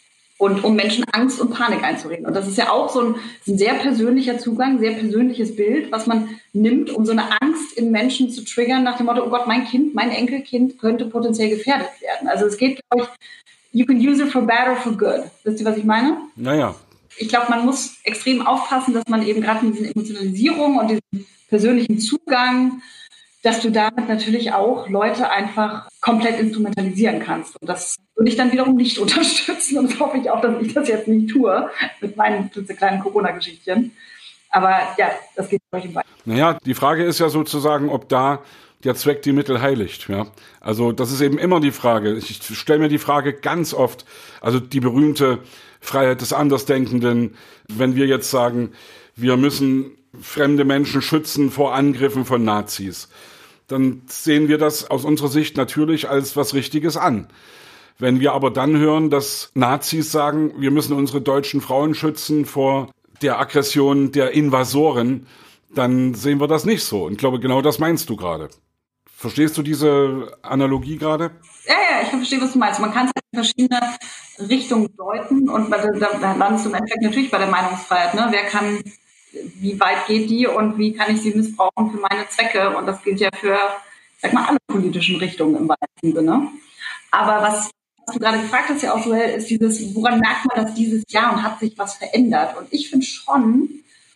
Und um Menschen Angst und Panik einzureden. Und das ist ja auch so ein, ein sehr persönlicher Zugang, sehr persönliches Bild, was man nimmt, um so eine Angst in Menschen zu triggern, nach dem Motto, oh Gott, mein Kind, mein Enkelkind könnte potenziell gefährdet werden. Also es geht, glaube ich, you can use it for bad or for good. Wisst ihr, was ich meine? Naja. Ich glaube, man muss extrem aufpassen, dass man eben gerade mit diesen Emotionalisierung und diesem persönlichen Zugang, dass du damit natürlich auch Leute einfach komplett instrumentalisieren kannst. Und das würde ich dann wiederum nicht unterstützen. Und das hoffe ich auch, dass ich das jetzt nicht tue mit meinen kleinen Corona-Geschichtchen. Aber ja, das geht euch im Weiter. Naja, die Frage ist ja sozusagen, ob da der Zweck die Mittel heiligt. Ja? Also das ist eben immer die Frage. Ich stelle mir die Frage ganz oft, also die berühmte Freiheit des Andersdenkenden, wenn wir jetzt sagen, wir müssen fremde Menschen schützen vor Angriffen von Nazis, dann sehen wir das aus unserer Sicht natürlich als was Richtiges an. Wenn wir aber dann hören, dass Nazis sagen, wir müssen unsere deutschen Frauen schützen vor der Aggression der Invasoren, dann sehen wir das nicht so. Und ich glaube, genau das meinst du gerade. Verstehst du diese Analogie gerade? Ja, ja, ich verstehe, was du meinst. Man kann es in verschiedene Richtungen deuten und da, da landest du im Endeffekt natürlich bei der Meinungsfreiheit. Ne? Wer kann, wie weit geht die und wie kann ich sie missbrauchen für meine Zwecke? Und das gilt ja für, sag mal, alle politischen Richtungen im weitesten Sinne. Aber was, was du gerade gefragt hast, ja auch so, ist dieses, woran merkt man das dieses Jahr und hat sich was verändert? Und ich finde schon,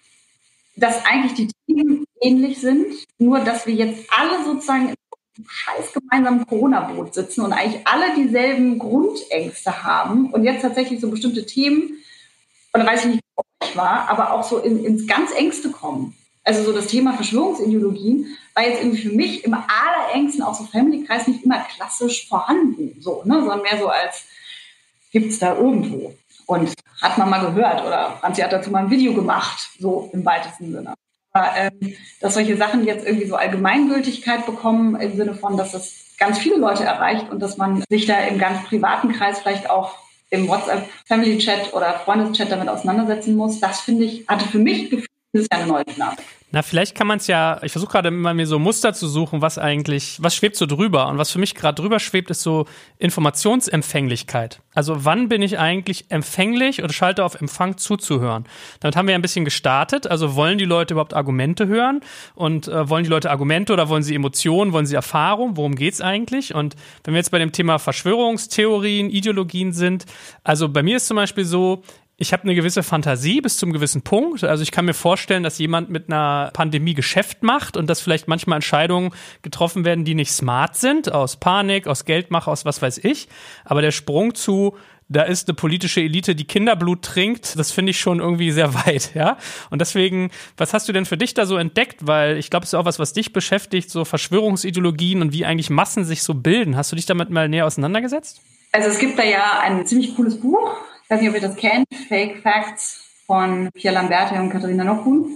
dass eigentlich die Themen ähnlich sind, nur dass wir jetzt alle sozusagen in einem scheiß gemeinsamen Corona-Boot sitzen und eigentlich alle dieselben Grundängste haben und jetzt tatsächlich so bestimmte Themen, oder weiß ich nicht, wie es bei euch war, aber auch so in, ins ganz Engste kommen. Also so das Thema Verschwörungsideologien war jetzt irgendwie für mich im allerengsten, auch so Family-Kreis, nicht immer klassisch vorhanden, so, ne? Sondern mehr so als, gibt's da irgendwo? Und hat man mal gehört oder Franzi hat dazu mal ein Video gemacht, so im weitesten Sinne. Aber ähm, dass solche Sachen jetzt irgendwie so Allgemeingültigkeit bekommen, im Sinne von, dass das ganz viele Leute erreicht und dass man sich da im ganz privaten Kreis vielleicht auch im WhatsApp-Family-Chat oder Freundeschat damit auseinandersetzen muss, das finde ich, hatte für mich gefühlt, das ist ja eine neue Dynamik. Na, vielleicht kann man es ja, ich versuche gerade immer mir so Muster zu suchen, was eigentlich, was schwebt so drüber? Und was für mich gerade drüber schwebt, ist so Informationsempfänglichkeit. Also wann bin ich eigentlich empfänglich oder schalte auf Empfang zuzuhören? Damit haben wir ja ein bisschen gestartet. Also wollen die Leute überhaupt Argumente hören? Und äh, wollen die Leute Argumente oder wollen sie Emotionen, wollen sie Erfahrung? Worum geht's eigentlich? Und wenn wir jetzt bei dem Thema Verschwörungstheorien, Ideologien sind, also bei mir ist zum Beispiel so, ich habe eine gewisse Fantasie bis zum gewissen Punkt. Also ich kann mir vorstellen, dass jemand mit einer Pandemie Geschäft macht und dass vielleicht manchmal Entscheidungen getroffen werden, die nicht smart sind, aus Panik, aus Geldmache, aus was weiß ich. Aber der Sprung zu, da ist eine politische Elite, die Kinderblut trinkt, das finde ich schon irgendwie sehr weit, ja. Und deswegen, was hast du denn für dich da so entdeckt? Weil ich glaube, es ist auch was, was dich beschäftigt, so Verschwörungsideologien und wie eigentlich Massen sich so bilden. Hast du dich damit mal näher auseinandergesetzt? Also es gibt da ja ein ziemlich cooles Buch. Ich weiß nicht, ob ihr das kennt, Fake Facts von Pierre Lamberti und Katharina Nockhuhn,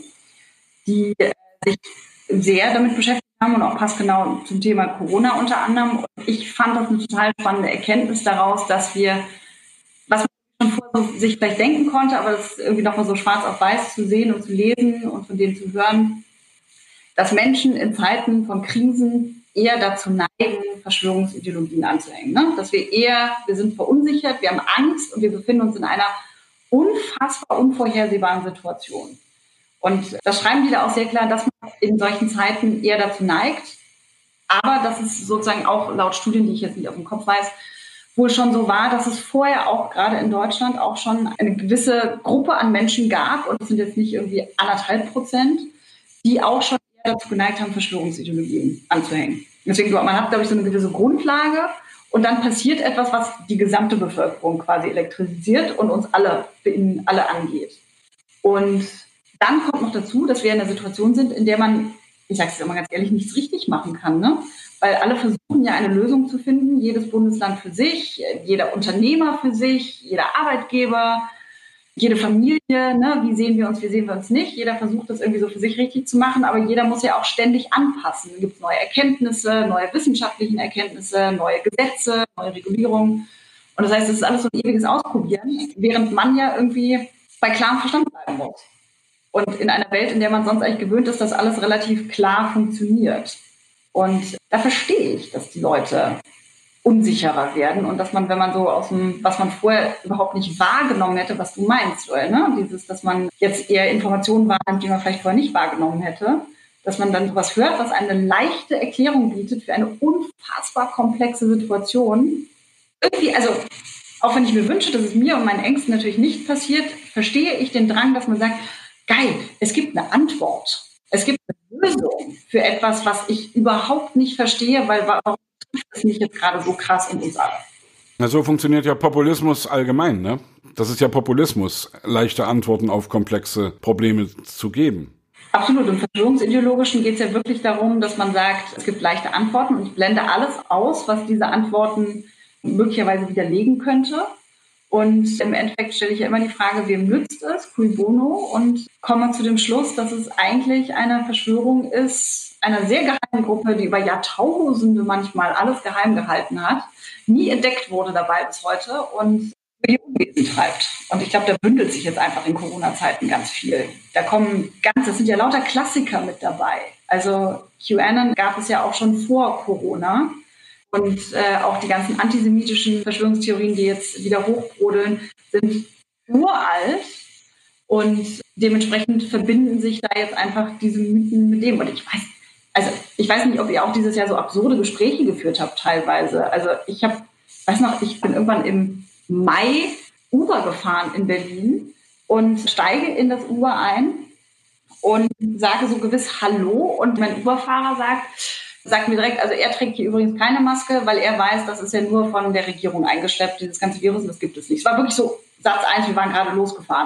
die äh, sich sehr damit beschäftigt haben und auch passgenau zum Thema Corona unter anderem. Und ich fand das eine total spannende Erkenntnis daraus, dass wir, was man schon vorher so sich vielleicht denken konnte, aber das irgendwie nochmal so schwarz auf weiß zu sehen und zu lesen und von denen zu hören, dass Menschen in Zeiten von Krisen eher dazu neigen, Verschwörungsideologien anzuhängen. Ne? Dass wir eher, wir sind verunsichert, wir haben Angst und wir befinden uns in einer unfassbar unvorhersehbaren Situation. Und das schreiben die da auch sehr klar, dass man in solchen Zeiten eher dazu neigt. Aber dass es sozusagen auch laut Studien, die ich jetzt nicht auf dem Kopf weiß, wohl schon so war, dass es vorher auch gerade in Deutschland auch schon eine gewisse Gruppe an Menschen gab, und es sind jetzt nicht irgendwie anderthalb Prozent, die auch schon dazu geneigt haben, Verschwörungsideologien anzuhängen. Deswegen, man hat, glaube ich, so eine gewisse Grundlage und dann passiert etwas, was die gesamte Bevölkerung quasi elektrisiert und uns alle, alle angeht. Und dann kommt noch dazu, dass wir in einer Situation sind, in der man, ich sage es jetzt mal ganz ehrlich, nichts richtig machen kann, ne? Weil alle versuchen ja eine Lösung zu finden, jedes Bundesland für sich, jeder Unternehmer für sich, jeder Arbeitgeber, jede Familie, ne, wie sehen wir uns, wie sehen wir uns nicht. Jeder versucht das irgendwie so für sich richtig zu machen, aber jeder muss ja auch ständig anpassen. Es gibt neue Erkenntnisse, neue wissenschaftliche Erkenntnisse, neue Gesetze, neue Regulierungen. Und das heißt, es ist alles so ein ewiges Ausprobieren, während man ja irgendwie bei klarem Verstand bleiben muss. Und in einer Welt, in der man sonst eigentlich gewöhnt ist, dass alles relativ klar funktioniert. Und da verstehe ich, dass die Leute unsicherer werden und dass man, wenn man so aus dem, was man vorher überhaupt nicht wahrgenommen hätte, was du meinst, Joel, ne? Dieses, dass man jetzt eher Informationen wahrnimmt, die man vielleicht vorher nicht wahrgenommen hätte, dass man dann sowas hört, was eine leichte Erklärung bietet für eine unfassbar komplexe Situation. Irgendwie, also auch wenn ich mir wünsche, dass es mir und meinen Ängsten natürlich nicht passiert, verstehe ich den Drang, dass man sagt, geil, es gibt eine Antwort. Es gibt eine Lösung für etwas, was ich überhaupt nicht verstehe, weil warum trifft es mich jetzt gerade so krass in uns alle? Na, so funktioniert ja Populismus allgemein, ne? Das ist ja Populismus, leichte Antworten auf komplexe Probleme zu geben. Absolut. Im Verschwörungsideologischen geht es ja wirklich darum, dass man sagt, es gibt leichte Antworten und ich blende alles aus, was diese Antworten möglicherweise widerlegen könnte. Und im Endeffekt stelle ich ja immer die Frage, wem nützt es, cui bono, und komme zu dem Schluss, dass es eigentlich eine Verschwörung ist, einer sehr geheimen Gruppe, die über Jahrtausende manchmal alles geheim gehalten hat, nie entdeckt wurde dabei bis heute und die Unwesen treibt. Und ich glaube, da bündelt sich jetzt einfach in Corona-Zeiten ganz viel. Da kommen ganz, das sind ja lauter Klassiker mit dabei. Also QAnon gab es ja auch schon vor Corona. Und äh, auch die ganzen antisemitischen Verschwörungstheorien, die jetzt wieder hochbrodeln, sind uralt. Und dementsprechend verbinden sich da jetzt einfach diese Mythen mit dem. Und ich weiß, also ich weiß nicht, ob ihr auch dieses Jahr so absurde Gespräche geführt habt teilweise. Also ich habe, weiß noch, ich bin irgendwann im Mai Uber gefahren in Berlin und steige in das Uber ein und sage so gewiss Hallo. Und mein Uberfahrer sagt, sagt mir direkt, also er trägt hier übrigens keine Maske, weil er weiß, das ist ja nur von der Regierung eingeschleppt, dieses ganze Virus, und das gibt es nicht. Es war wirklich so Satz eins, wir waren gerade losgefahren.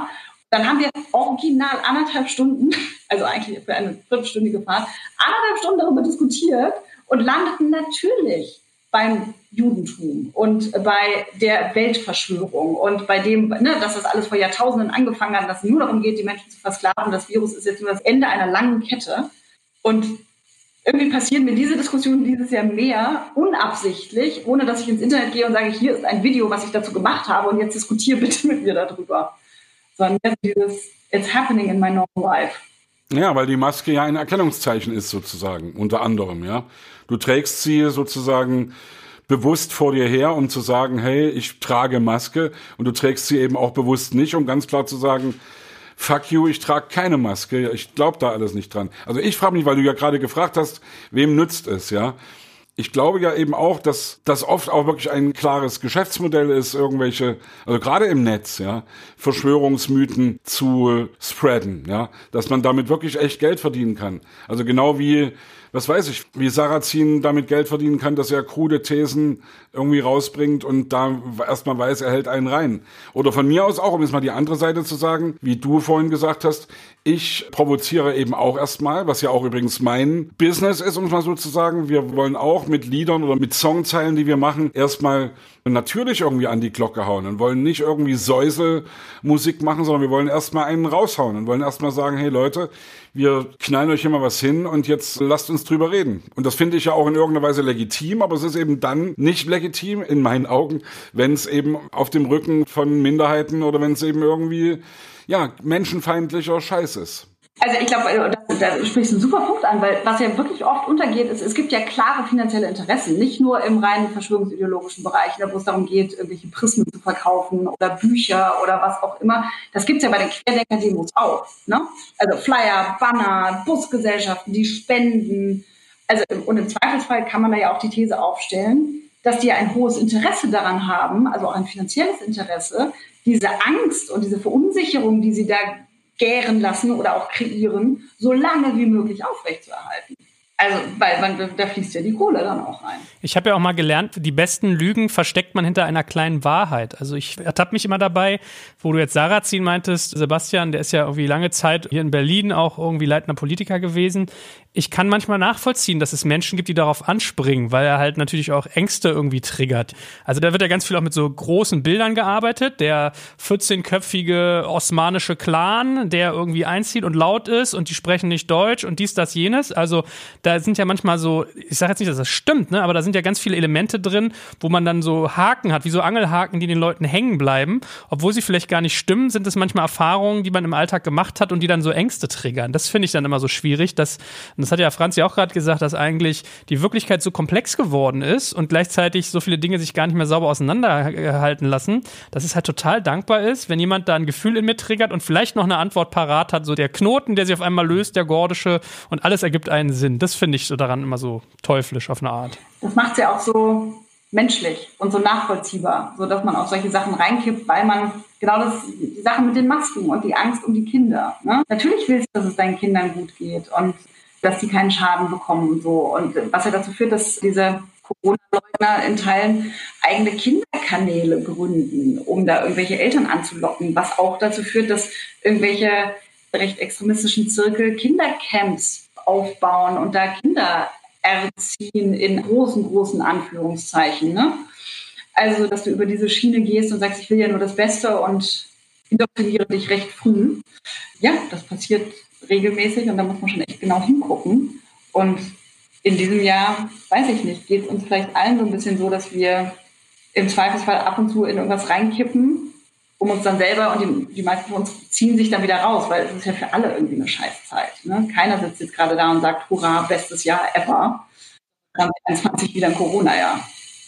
Dann haben wir original anderthalb Stunden, also eigentlich für eine fünfstündige Fahrt, anderthalb Stunden darüber diskutiert und landeten natürlich beim Judentum und bei der Weltverschwörung und bei dem, ne, dass das alles vor Jahrtausenden angefangen hat, dass es nur darum geht, die Menschen zu versklaven. Das Virus ist jetzt nur das Ende einer langen Kette. Und irgendwie passieren mir diese Diskussionen dieses Jahr mehr unabsichtlich, ohne dass ich ins Internet gehe und sage, hier ist ein Video, was ich dazu gemacht habe und jetzt diskutiere bitte mit mir darüber. Sondern dieses, it's happening in my normal life. Ja, weil die Maske ja ein Erkennungszeichen ist sozusagen, unter anderem, ja. Du trägst sie sozusagen bewusst vor dir her, um zu sagen, hey, ich trage Maske, und du trägst sie eben auch bewusst nicht, um ganz klar zu sagen, fuck you, ich trage keine Maske, ich glaube da alles nicht dran. Also ich frage mich, weil du ja gerade gefragt hast, wem nützt es, ja? Ich glaube ja eben auch, dass das oft auch wirklich ein klares Geschäftsmodell ist, irgendwelche, also gerade im Netz, ja, Verschwörungsmythen zu spreaden, ja, dass man damit wirklich echt Geld verdienen kann. Also genau wie, was weiß ich, wie Sarrazin damit Geld verdienen kann, dass er krude Thesen irgendwie rausbringt und da erstmal weiß, er hält einen rein. Oder von mir aus auch, um jetzt mal die andere Seite zu sagen, wie du vorhin gesagt hast, ich provoziere eben auch erstmal, was ja auch übrigens mein Business ist, um es mal so zu sagen. Wir wollen auch mit Liedern oder mit Songzeilen, die wir machen, erstmal natürlich irgendwie an die Glocke hauen und wollen nicht irgendwie Säuselmusik machen, sondern wir wollen erstmal einen raushauen und wollen erstmal sagen, hey Leute, wir knallen euch immer was hin und jetzt lasst uns drüber reden. Und das finde ich ja auch in irgendeiner Weise legitim, aber es ist eben dann nicht legitim, in meinen Augen, wenn es eben auf dem Rücken von Minderheiten oder wenn es eben irgendwie, ja, menschenfeindlicher Scheiß ist. Also ich glaube, da sprichst du einen super Punkt an, weil was ja wirklich oft untergeht, ist, es gibt ja klare finanzielle Interessen, nicht nur im reinen verschwörungsideologischen Bereich, wo es darum geht, irgendwelche Prismen zu verkaufen oder Bücher oder was auch immer. Das gibt's ja bei den Querdenker-Demos auch, ne? Also Flyer, Banner, Busgesellschaften, die spenden. Also und im Zweifelsfall kann man da ja auch die These aufstellen, dass die ja ein hohes Interesse daran haben, also auch ein finanzielles Interesse, diese Angst und diese Verunsicherung, die sie da gären lassen oder auch kreieren, so lange wie möglich aufrechtzuerhalten. Also, weil man, da fließt ja die Kohle dann auch rein. Ich habe ja auch mal gelernt, die besten Lügen versteckt man hinter einer kleinen Wahrheit. Also ich ertappe mich immer dabei, wo du jetzt Sarrazin meintest, Sebastian, der ist ja irgendwie lange Zeit hier in Berlin auch irgendwie leitender Politiker gewesen. Ich kann manchmal nachvollziehen, dass es Menschen gibt, die darauf anspringen, weil er halt natürlich auch Ängste irgendwie triggert. Also da wird ja ganz viel auch mit so großen Bildern gearbeitet. Der vierzehnköpfige osmanische Clan, der irgendwie einzieht und laut ist und die sprechen nicht Deutsch und dies, das, jenes. Also da sind ja manchmal so, ich sage jetzt nicht, dass das stimmt, ne, aber da sind ja ganz viele Elemente drin, wo man dann so Haken hat, wie so Angelhaken, die den Leuten hängen bleiben. Obwohl sie vielleicht gar nicht stimmen, sind es manchmal Erfahrungen, die man im Alltag gemacht hat und die dann so Ängste triggern. Das finde ich dann immer so schwierig, dass Und das hat ja Franz ja auch gerade gesagt, dass eigentlich die Wirklichkeit so komplex geworden ist und gleichzeitig so viele Dinge sich gar nicht mehr sauber auseinanderhalten lassen, dass es halt total dankbar ist, wenn jemand da ein Gefühl in mir triggert und vielleicht noch eine Antwort parat hat, so der Knoten, der sich auf einmal löst, der gordische, und alles ergibt einen Sinn. Das finde ich so daran immer so teuflisch auf eine Art. Das macht es ja auch so menschlich und so nachvollziehbar, so dass man auf solche Sachen reinkippt, weil man genau das, die Sachen mit den Masken und die Angst um die Kinder, ne? Natürlich willst du, dass es deinen Kindern gut geht und dass die keinen Schaden bekommen und so. Und was ja dazu führt, dass diese Corona-Leugner in Teilen eigene Kinderkanäle gründen, um da irgendwelche Eltern anzulocken, was auch dazu führt, dass irgendwelche recht extremistischen Zirkel Kindercamps aufbauen und da Kinder erziehen in großen, großen Anführungszeichen, ne? Also, dass du über diese Schiene gehst und sagst, ich will ja nur das Beste und indoktriniere dich recht früh. Ja, das passiert regelmäßig und da muss man schon echt genau hingucken. Und in diesem Jahr, weiß ich nicht, geht es uns vielleicht allen so ein bisschen so, dass wir im Zweifelsfall ab und zu in irgendwas reinkippen, um uns dann selber, und die, die meisten von uns ziehen sich dann wieder raus, weil es ist ja für alle irgendwie eine Scheißzeit, ne? Keiner sitzt jetzt gerade da und sagt, hurra, bestes Jahr ever. zwanzig einundzwanzig wieder ein Corona-Jahr.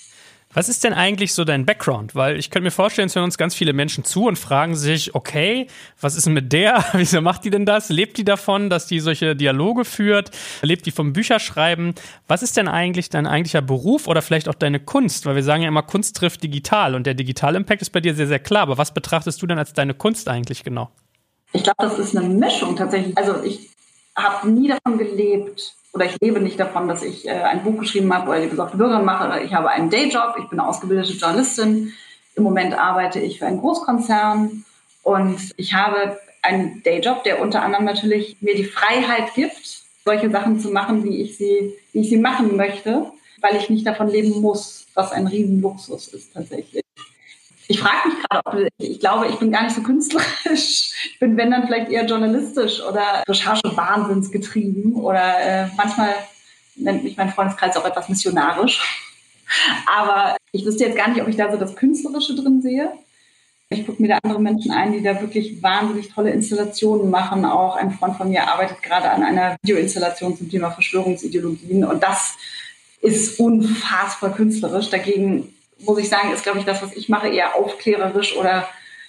Was ist denn eigentlich so dein Background? Weil ich könnte mir vorstellen, es hören uns ganz viele Menschen zu und fragen sich, okay, was ist denn mit der? Wieso macht die denn das? Lebt die davon, dass die solche Dialoge führt? Lebt die vom Bücherschreiben? Was ist denn eigentlich dein eigentlicher Beruf oder vielleicht auch deine Kunst? Weil wir sagen ja immer, Kunst trifft digital und der Digital-Impact ist bei dir sehr, sehr klar. Aber was betrachtest du denn als deine Kunst eigentlich genau? Ich glaube, das ist eine Mischung tatsächlich. Also ich habe nie davon gelebt, oder ich lebe nicht davon, dass ich äh, ein Buch geschrieben habe oder die besorgte Bürgerin mache. Oder ich habe einen Dayjob, ich bin eine ausgebildete Journalistin. Im Moment arbeite ich für einen Großkonzern und ich habe ein Dayjob, der unter anderem natürlich mir die Freiheit gibt, solche Sachen zu machen, wie ich sie, wie ich sie machen möchte, weil ich nicht davon leben muss, was ein Riesenluxus ist tatsächlich. Ich frage mich gerade, ob ich glaube, ich bin gar nicht so künstlerisch. Ich bin, wenn dann vielleicht eher journalistisch oder Recherche-Wahnsinnsgetrieben oder äh, manchmal nennt mich mein Freundeskreis auch etwas missionarisch. Aber ich wüsste jetzt gar nicht, ob ich da so das Künstlerische drin sehe. Ich gucke mir da andere Menschen ein, die da wirklich wahnsinnig tolle Installationen machen. Auch ein Freund von mir arbeitet gerade an einer Videoinstallation zum Thema Verschwörungsideologien. Und das ist unfassbar künstlerisch. Dagegen muss ich sagen, ist, glaube ich, das, was ich mache, eher aufklärerisch oder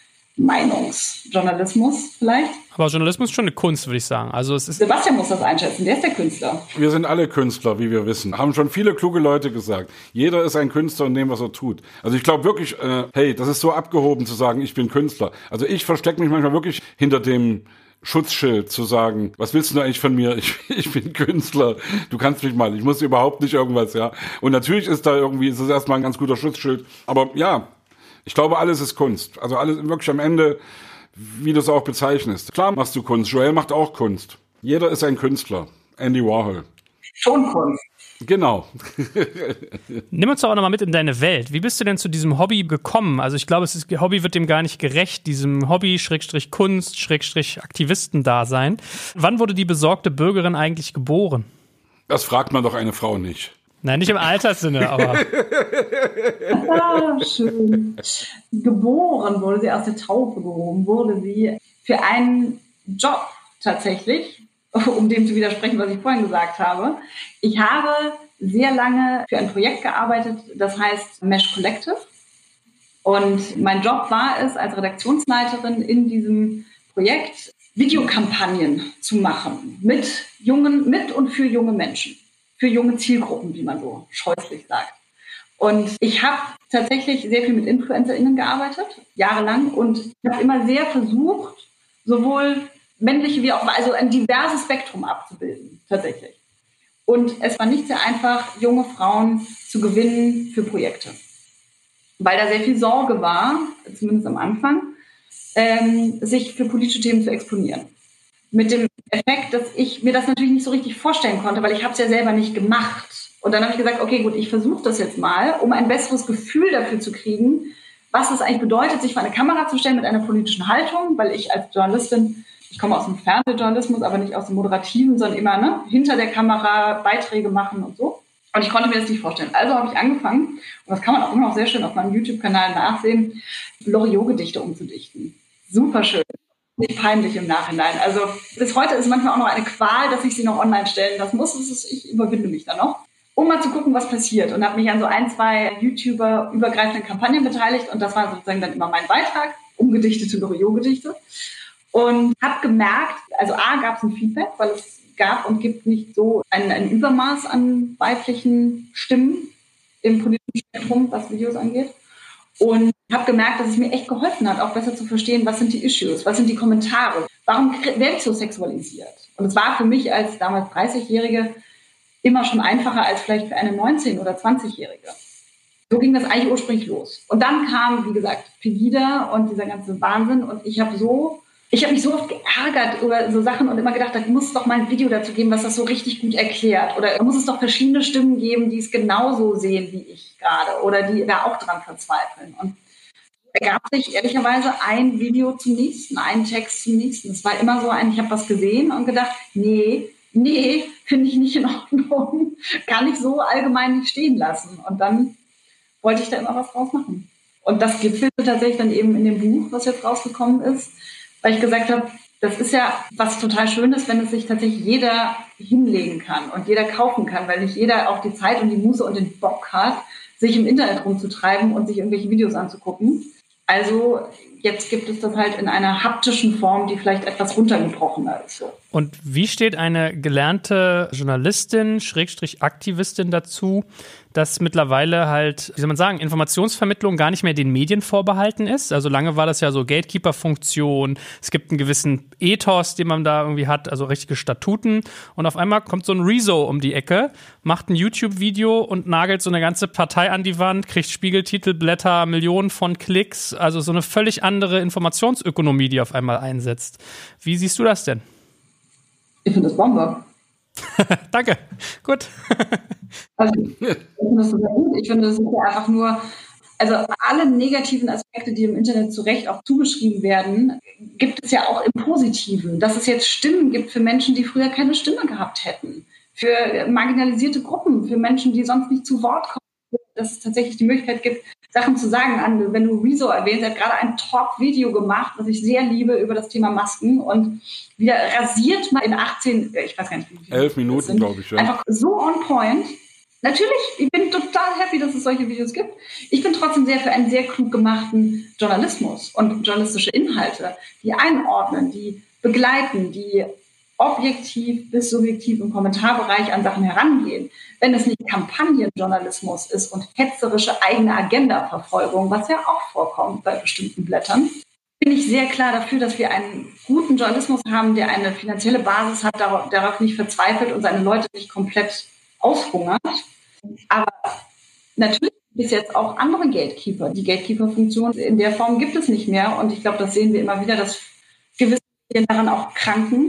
Meinungsjournalismus vielleicht. Aber Journalismus ist schon eine Kunst, würde ich sagen. Also es ist Sebastian muss das einschätzen, der ist der Künstler. Wir sind alle Künstler, wie wir wissen. Haben schon viele kluge Leute gesagt. Jeder ist ein Künstler in dem, was er tut. Also ich glaube wirklich, äh, hey, das ist so abgehoben zu sagen, ich bin Künstler. Also ich verstecke mich manchmal wirklich hinter dem Schutzschild zu sagen, was willst du eigentlich von mir? Ich, ich bin Künstler. Du kannst mich mal. Ich muss überhaupt nicht irgendwas, ja. Und natürlich ist da irgendwie, ist das erstmal ein ganz guter Schutzschild. Aber ja, ich glaube, alles ist Kunst. Also alles wirklich am Ende, wie du es auch bezeichnest. Klar machst du Kunst. Joel macht auch Kunst. Jeder ist ein Künstler. Andy Warhol. Schon Kunst. Genau. Nimm uns doch auch nochmal mit in deine Welt. Wie bist du denn zu diesem Hobby gekommen? Also ich glaube, das Hobby wird dem gar nicht gerecht, diesem Hobby, Schrägstrich Kunst, Schrägstrich Aktivistendasein. Wann wurde die besorgte Bürgerin eigentlich geboren? Das fragt man doch eine Frau nicht. Nein, nicht im Alterssinne, aber... Ah, schön. Geboren wurde sie, aus der Taufe gehoben, wurde sie für einen Job tatsächlich, um dem zu widersprechen, was ich vorhin gesagt habe. Ich habe sehr lange für ein Projekt gearbeitet, das heißt Mesh Collective. Und mein Job war es, als Redaktionsleiterin in diesem Projekt Videokampagnen zu machen mit jungen, mit und für junge Menschen, für junge Zielgruppen, wie man so scheußlich sagt. Und ich habe tatsächlich sehr viel mit InfluencerInnen gearbeitet, jahrelang, und ich habe immer sehr versucht, sowohl männliche wie auch, also ein diverses Spektrum abzubilden, tatsächlich. Und es war nicht sehr einfach, junge Frauen zu gewinnen für Projekte, weil da sehr viel Sorge war, zumindest am Anfang, ähm, sich für politische Themen zu exponieren. Mit dem Effekt, dass ich mir das natürlich nicht so richtig vorstellen konnte, weil ich habe es ja selber nicht gemacht. Und dann habe ich gesagt, okay, gut, ich versuche das jetzt mal, um ein besseres Gefühl dafür zu kriegen, was es eigentlich bedeutet, sich vor eine Kamera zu stellen mit einer politischen Haltung, weil ich als Journalistin, ich komme aus dem Fernsehjournalismus, aber nicht aus dem Moderativen, sondern immer ne, hinter der Kamera Beiträge machen und so. Und ich konnte mir das nicht vorstellen. Also habe ich angefangen, und das kann man auch immer noch sehr schön auf meinem YouTube-Kanal nachsehen, Loriot-Gedichte umzudichten. Super schön. Nicht peinlich im Nachhinein. Also bis heute ist manchmal auch noch eine Qual, dass ich sie noch online stellen lassen muss. Das ist, ich überwinde mich da noch, um mal zu gucken, was passiert. Und habe mich an so ein, zwei YouTuber-übergreifenden Kampagnen beteiligt. Und das war sozusagen dann immer mein Beitrag, umgedichtete Loriot-Gedichte. Und habe gemerkt, also A, gab es ein Feedback, weil es gab und gibt nicht so ein, ein Übermaß an weiblichen Stimmen im politischen Spektrum, was Videos angeht. Und habe gemerkt, dass es mir echt geholfen hat, auch besser zu verstehen, was sind die Issues, was sind die Kommentare, warum werde ich so sexualisiert? Und es war für mich als damals dreißigjährige immer schon einfacher als vielleicht für eine neunzehn- oder zwanzigjährige. So ging das eigentlich ursprünglich los. Und dann kam, wie gesagt, Pegida und dieser ganze Wahnsinn. Und ich habe so, ich habe mich so oft geärgert über so Sachen und immer gedacht, da muss es doch mal ein Video dazu geben, was das so richtig gut erklärt. Oder da muss es doch verschiedene Stimmen geben, die es genauso sehen wie ich gerade oder die da auch dran verzweifeln. Und ergab sich ehrlicherweise ein Video zum nächsten, ein Text zum nächsten. Es war immer so ein, ich habe was gesehen und gedacht, nee, nee, finde ich nicht in Ordnung, kann ich so allgemein nicht stehen lassen. Und dann wollte ich da immer was draus machen. Und das gipfelte tatsächlich dann eben in dem Buch, was jetzt rausgekommen ist, weil ich gesagt habe, das ist ja was total Schönes, wenn es sich tatsächlich jeder hinlegen kann und jeder kaufen kann, weil nicht jeder auch die Zeit und die Muße und den Bock hat, sich im Internet rumzutreiben und sich irgendwelche Videos anzugucken. Also jetzt gibt es das halt in einer haptischen Form, die vielleicht etwas runtergebrochener ist. So. Und wie steht eine gelernte Journalistin, Schrägstrich Aktivistin dazu, dass mittlerweile halt, wie soll man sagen, Informationsvermittlung gar nicht mehr den Medien vorbehalten ist? Also lange war das ja so Gatekeeper-Funktion, es gibt einen gewissen Ethos, den man da irgendwie hat, also richtige Statuten. Und auf einmal kommt so ein Rezo um die Ecke, macht ein YouTube-Video und nagelt so eine ganze Partei an die Wand, kriegt Spiegeltitelblätter, Millionen von Klicks, also so eine völlig andere Informationsökonomie, die auf einmal einsetzt. Wie siehst du das denn? Ich finde das Bombe. Danke. Gut. Also, ich finde das super gut. Ich finde, das ist ja einfach nur, also alle negativen Aspekte, die im Internet zu Recht auch zugeschrieben werden, gibt es ja auch im Positiven. Dass es jetzt Stimmen gibt für Menschen, die früher keine Stimme gehabt hätten. Für marginalisierte Gruppen, für Menschen, die sonst nicht zu Wort kommen. Dass es tatsächlich die Möglichkeit gibt, Sachen zu sagen. Wenn du Rezo erwähnst, er hat gerade ein Top-Video gemacht, was ich sehr liebe, über das Thema Masken und wieder rasiert mal in achtzehn, ich weiß gar nicht, wie viele. Elf Minuten, glaube ich, ja. Einfach so on point. Natürlich, ich bin total happy, dass es solche Videos gibt. Ich bin trotzdem sehr für einen sehr klug gemachten Journalismus und journalistische Inhalte, die einordnen, die begleiten, die objektiv bis subjektiv im Kommentarbereich an Sachen herangehen. Wenn es nicht Kampagnenjournalismus ist und hetzerische eigene Agendaverfolgung, was ja auch vorkommt bei bestimmten Blättern, bin ich sehr klar dafür, dass wir einen guten Journalismus haben, der eine finanzielle Basis hat, darauf, darauf nicht verzweifelt und seine Leute nicht komplett aushungert. Aber natürlich gibt es jetzt auch andere Gatekeeper. Die Gatekeeper-Funktion in der Form gibt es nicht mehr. Und ich glaube, das sehen wir immer wieder, dass gewisse Medien daran auch kranken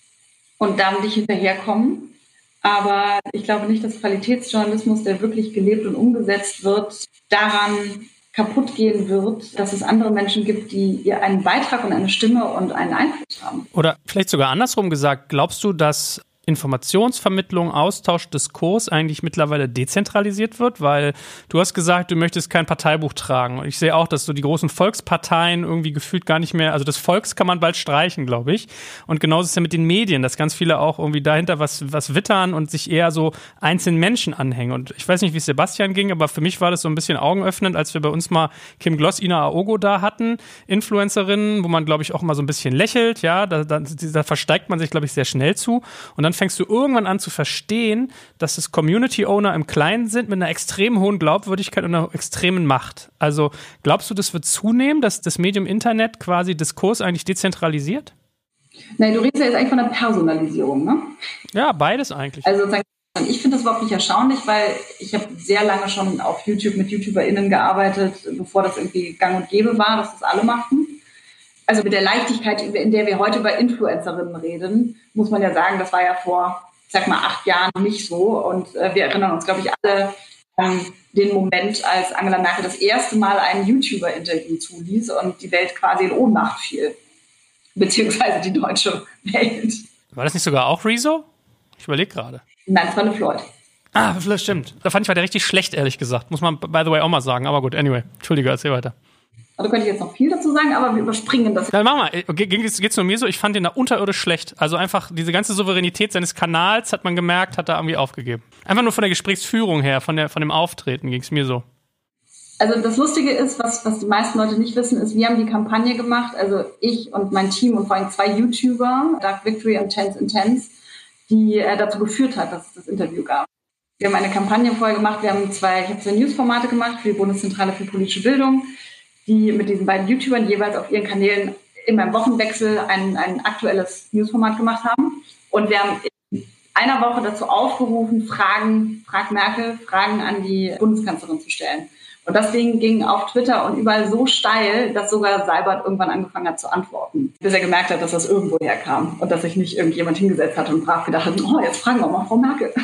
und damit nicht hinterherkommen. Aber ich glaube nicht, dass Qualitätsjournalismus, der wirklich gelebt und umgesetzt wird, daran kaputt gehen wird, dass es andere Menschen gibt, die ihr einen Beitrag und eine Stimme und einen Einfluss haben. Oder vielleicht sogar andersrum gesagt, glaubst du, dass Informationsvermittlung, Austausch, Diskurs eigentlich mittlerweile dezentralisiert wird, weil du hast gesagt, du möchtest kein Parteibuch tragen. Und ich sehe auch, dass so die großen Volksparteien irgendwie gefühlt gar nicht mehr, also das Volks kann man bald streichen, glaube ich. Und genauso ist es ja mit den Medien, dass ganz viele auch irgendwie dahinter was, was wittern und sich eher so einzelnen Menschen anhängen. Und ich weiß nicht, wie es Sebastian ging, aber für mich war das so ein bisschen augenöffnend, als wir bei uns mal Kim Gloss, Ina Aogo da hatten, Influencerinnen, wo man, glaube ich, auch mal so ein bisschen lächelt, ja, da, da, da versteigt man sich, glaube ich, sehr schnell zu. Und dann fängst du irgendwann an zu verstehen, dass es Community-Owner im Kleinen sind mit einer extrem hohen Glaubwürdigkeit und einer extremen Macht. Also glaubst du, das wird zunehmen, dass das Medium Internet quasi Diskurs eigentlich dezentralisiert? Nein, du redest ja jetzt eigentlich von der Personalisierung, ne? Ja, beides eigentlich. Also sozusagen, ich finde das überhaupt nicht erstaunlich, weil ich habe sehr lange schon auf YouTube mit YouTuberInnen gearbeitet, bevor das irgendwie gang und gäbe war, dass das alle machten. Also mit der Leichtigkeit, in der wir heute über Influencerinnen reden, muss man ja sagen, das war ja vor, ich sag mal, acht Jahren nicht so. Und äh, wir erinnern uns, glaube ich, alle an den Moment, als Angela Merkel das erste Mal ein YouTuber-Interview zuließ und die Welt quasi in Ohnmacht fiel. Beziehungsweise die deutsche Welt. War das nicht sogar auch Rezo? Ich überlege gerade. Nein, das war eine Floyd. Ah, Floyd, stimmt. Da fand ich weiter richtig schlecht, ehrlich gesagt. Muss man, by the way, auch mal sagen. Aber gut, anyway. Entschuldige, erzähl weiter. Da könnte ich jetzt noch viel dazu sagen, aber wir überspringen das. Dann machen wir. Okay, geht's, geht's nur mir so? Ich fand den da unterirdisch schlecht. Also einfach diese ganze Souveränität seines Kanals, hat man gemerkt, hat er irgendwie aufgegeben. Einfach nur von der Gesprächsführung her, von der, von dem Auftreten ging es mir so. Also das Lustige ist, was, was die meisten Leute nicht wissen, ist, wir haben die Kampagne gemacht, also ich und mein Team und vor allem zwei YouTuber, Dark Victory und Tense Intense, die äh, dazu geführt hat, dass es das Interview gab. Wir haben eine Kampagne vorher gemacht, wir haben zwei, ich habe zwei Newsformate gemacht für die Bundeszentrale für politische Bildung, die mit diesen beiden YouTubern jeweils auf ihren Kanälen in meinem Wochenwechsel ein, ein aktuelles Newsformat gemacht haben. Und wir haben in einer Woche dazu aufgerufen, Fragen, Frag Merkel, Fragen an die Bundeskanzlerin zu stellen. Und das Ding ging auf Twitter und überall so steil, dass sogar Seibert irgendwann angefangen hat zu antworten. Bis er gemerkt hat, dass das irgendwo herkam und dass sich nicht irgendjemand hingesetzt hat und brav gedacht hat, oh, jetzt fragen wir mal Frau Merkel.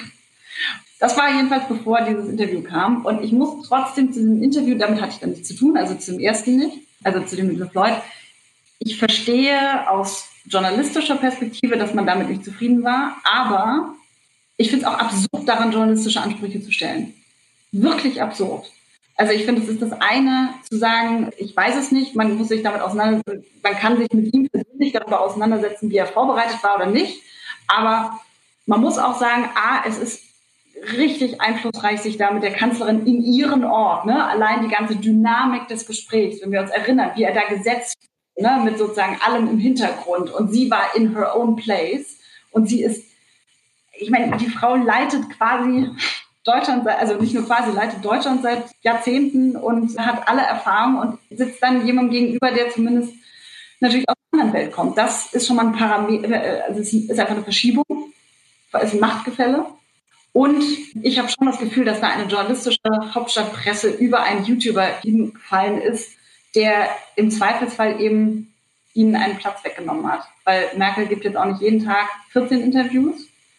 Das war jedenfalls, bevor dieses Interview kam. Und ich muss trotzdem zu diesem Interview, damit hatte ich dann nichts zu tun, also zu dem ersten nicht, also zu dem mit Floyd. Ich verstehe aus journalistischer Perspektive, dass man damit nicht zufrieden war, aber ich finde es auch absurd, daran journalistische Ansprüche zu stellen. Wirklich absurd. Also ich finde, es ist das eine, zu sagen, ich weiß es nicht, man muss sich damit auseinandersetzen, man kann sich mit ihm persönlich darüber auseinandersetzen, wie er vorbereitet war oder nicht. Aber man muss auch sagen, a, es ist richtig einflussreich, sich da mit der Kanzlerin in ihren Ort, ne, allein die ganze Dynamik des Gesprächs, wenn wir uns erinnern, wie er da gesetzt, ne, mit sozusagen allem im Hintergrund und sie war in her own place Und sie ist, ich meine, die Frau leitet quasi Deutschland, also nicht nur quasi, leitet Deutschland seit Jahrzehnten und hat alle Erfahrungen und sitzt dann jemandem gegenüber, der zumindest natürlich aus der anderen Welt kommt. Das ist schon mal ein Parameter, also es ist einfach eine Verschiebung, es ist ein Machtgefälle. Und ich habe schon das Gefühl, dass da eine journalistische Hauptstadtpresse über einen YouTuber hingefallen ist, der im Zweifelsfall eben ihnen einen Platz weggenommen hat. Weil Merkel gibt jetzt auch nicht jeden Tag vierzehn Interviews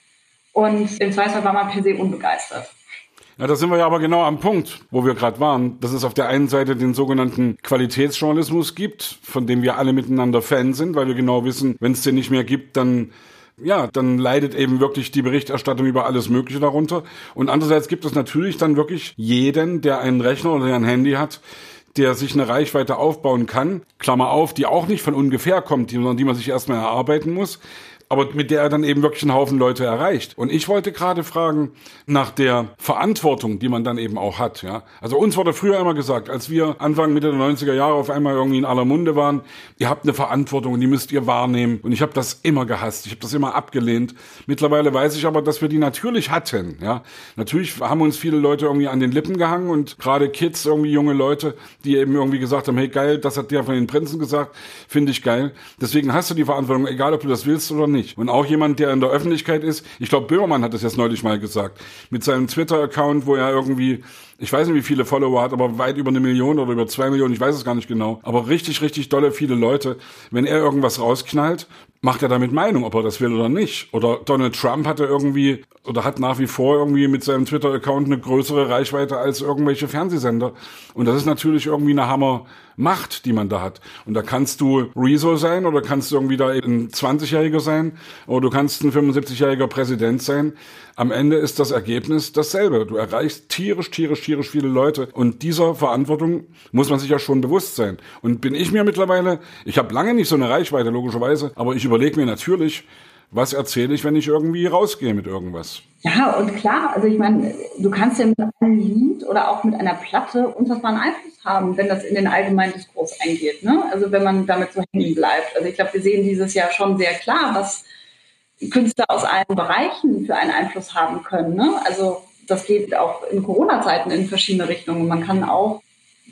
und im Zweifelsfall war man per se unbegeistert. Ja, da sind wir ja aber genau am Punkt, wo wir gerade waren, dass es auf der einen Seite den sogenannten Qualitätsjournalismus gibt, von dem wir alle miteinander Fan sind, weil wir genau wissen, wenn es den nicht mehr gibt, dann ja, dann leidet eben wirklich die Berichterstattung über alles Mögliche darunter. Und andererseits gibt es natürlich dann wirklich jeden, der einen Rechner oder ein Handy hat, der sich eine Reichweite aufbauen kann, Klammer auf, die auch nicht von ungefähr kommt, sondern die man sich erstmal erarbeiten muss, aber mit der er dann eben wirklich einen Haufen Leute erreicht. Und ich wollte gerade fragen nach der Verantwortung, die man dann eben auch hat. Ja, also uns wurde früher immer gesagt, als wir Anfang, Mitte der neunziger Jahre auf einmal irgendwie in aller Munde waren, ihr habt eine Verantwortung und die müsst ihr wahrnehmen. Und ich habe das immer gehasst, ich habe das immer abgelehnt. Mittlerweile weiß ich aber, dass wir die natürlich hatten. Ja, natürlich haben uns viele Leute irgendwie an den Lippen gehangen und gerade Kids, irgendwie junge Leute, die eben irgendwie gesagt haben, hey geil, das hat der von den Prinzen gesagt, finde ich geil. Deswegen hast du die Verantwortung, egal ob du das willst oder nicht. Und auch jemand, der in der Öffentlichkeit ist, ich glaube, Böhmermann hat das jetzt neulich mal gesagt, mit seinem Twitter-Account, wo er irgendwie, ich weiß nicht, wie viele Follower hat, aber weit über eine Million oder über zwei Millionen, ich weiß es gar nicht genau, aber richtig, richtig dolle viele Leute, wenn er irgendwas rausknallt, macht er damit Meinung, ob er das will oder nicht. Oder Donald Trump hatte irgendwie, oder hat nach wie vor irgendwie mit seinem Twitter-Account eine größere Reichweite als irgendwelche Fernsehsender. Und das ist natürlich irgendwie eine Hammermacht, die man da hat. Und da kannst du Rezo sein oder kannst du irgendwie da ein zwanzigjähriger sein oder du kannst ein fünfundsiebzigjähriger Präsident sein. Am Ende ist das Ergebnis dasselbe. Du erreichst tierisch, tierisch, tierisch viele Leute. Und dieser Verantwortung muss man sich ja schon bewusst sein. Und bin ich mir mittlerweile, ich habe lange nicht so eine Reichweite, logischerweise, aber ich überlege mir natürlich, was erzähle ich, wenn ich irgendwie rausgehe mit irgendwas. Ja, und klar, also ich meine, du kannst ja mit einem Lied oder auch mit einer Platte unfassbaren Einfluss haben, wenn das in den allgemeinen Diskurs eingeht, ne? Also wenn man damit so hängen bleibt. Also ich glaube, wir sehen dieses Jahr schon sehr klar, was Künstler aus allen Bereichen für einen Einfluss haben können, ne? Also das geht auch in Corona-Zeiten in verschiedene Richtungen. Man kann auch,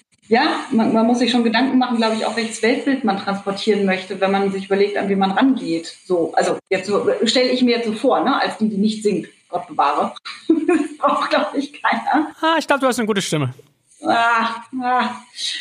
ja, man, man muss sich schon Gedanken machen, glaube ich, auch welches Weltbild man transportieren möchte, wenn man sich überlegt, an wen man rangeht. So, also jetzt so, stelle ich mir jetzt so vor, ne, als die, die nicht singt, Gott bewahre. Das braucht, glaube ich, keiner. Ah, ich glaube, du hast eine gute Stimme. Ah, ah,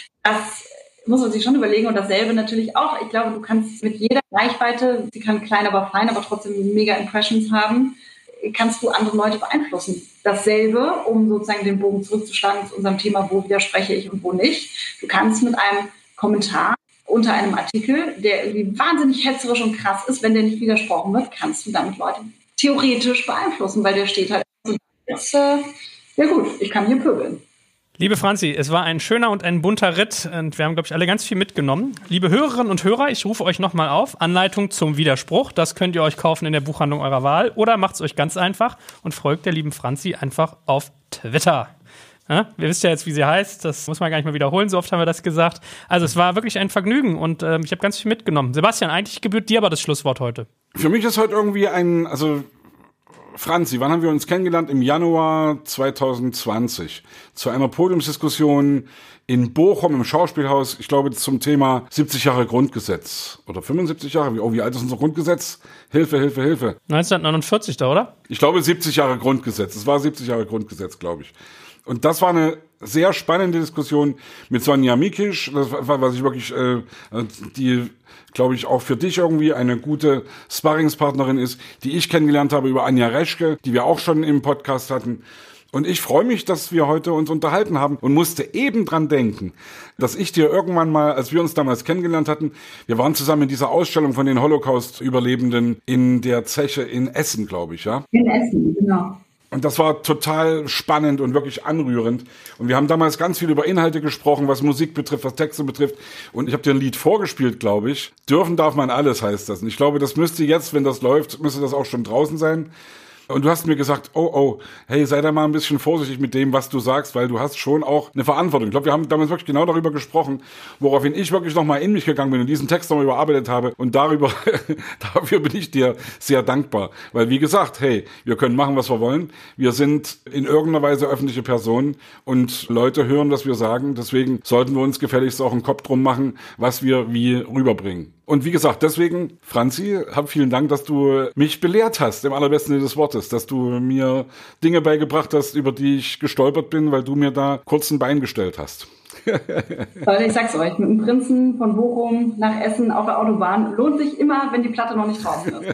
das muss man sich schon überlegen und dasselbe natürlich auch. Ich glaube, du kannst mit jeder Reichweite, sie kann klein, aber fein, aber trotzdem mega Impressions haben, kannst du andere Leute beeinflussen. Dasselbe, um sozusagen den Bogen zurückzuschlagen zu unserem Thema, wo widerspreche ich und wo nicht. Du kannst mit einem Kommentar unter einem Artikel, der irgendwie wahnsinnig hetzerisch und krass ist, wenn der nicht widersprochen wird, kannst du damit Leute theoretisch beeinflussen, weil der steht halt, das, äh, ja gut, ich kann hier pöbeln. Liebe Franzi, es war ein schöner und ein bunter Ritt und wir haben, glaube ich, alle ganz viel mitgenommen. Liebe Hörerinnen und Hörer, ich rufe euch nochmal auf. Anleitung zum Widerspruch, das könnt ihr euch kaufen in der Buchhandlung eurer Wahl oder macht es euch ganz einfach und folgt der lieben Franzi einfach auf Twitter. Ja, ihr wisst ja jetzt, wie sie heißt, das muss man gar nicht mehr wiederholen, so oft haben wir das gesagt. Also es war wirklich ein Vergnügen und äh, ich habe ganz viel mitgenommen. Sebastian, eigentlich gebührt dir aber das Schlusswort heute. Für mich ist heute irgendwie ein, also Franzi, wann haben wir uns kennengelernt? Im Januar zwanzig zwanzig zu einer Podiumsdiskussion in Bochum im Schauspielhaus, ich glaube zum Thema siebzig Jahre Grundgesetz oder fünfundsiebzig Jahre, oh, wie alt ist unser Grundgesetz? Hilfe, Hilfe, Hilfe. neunzehnhundertneunundvierzig da, oder? Ich glaube siebzig Jahre Grundgesetz, es war siebzig Jahre Grundgesetz, glaube ich. Und das war eine sehr spannende Diskussion mit Sonja Mikisch, das war, was ich wirklich, äh, die, glaube ich, auch für dich irgendwie eine gute Sparringspartnerin ist, die ich kennengelernt habe über Anja Reschke, die wir auch schon im Podcast hatten. Und ich freue mich, dass wir heute uns unterhalten haben und musste eben dran denken, dass ich dir irgendwann mal, als wir uns damals kennengelernt hatten, wir waren zusammen in dieser Ausstellung von den Holocaust-Überlebenden in der Zeche in Essen, glaube ich, ja? In Essen, genau. Und das war total spannend und wirklich anrührend. Und wir haben damals ganz viel über Inhalte gesprochen, was Musik betrifft, was Texte betrifft. Und ich habe dir ein Lied vorgespielt, glaube ich. Dürfen darf man alles, heißt das. Und ich glaube, das müsste jetzt, wenn das läuft, müsste das auch schon draußen sein. Und du hast mir gesagt, oh, oh, hey, sei da mal ein bisschen vorsichtig mit dem, was du sagst, weil du hast schon auch eine Verantwortung. Ich glaube, wir haben damals wirklich genau darüber gesprochen, woraufhin ich wirklich nochmal in mich gegangen bin und diesen Text nochmal überarbeitet habe. Und darüber, dafür bin ich dir sehr dankbar. Weil, wie gesagt, hey, wir können machen, was wir wollen. Wir sind in irgendeiner Weise öffentliche Personen und Leute hören, was wir sagen. Deswegen sollten wir uns gefälligst auch einen Kopf drum machen, was wir wie rüberbringen. Und wie gesagt, deswegen, Franzi, hab vielen Dank, dass du mich belehrt hast, im allerbesten Sinne des Wortes, dass du mir Dinge beigebracht hast, über die ich gestolpert bin, weil du mir da kurz ein Bein gestellt hast. Leute, ich sag's euch, mit dem Prinzen von Bochum nach Essen auf der Autobahn lohnt sich immer, wenn die Platte noch nicht draußen ist.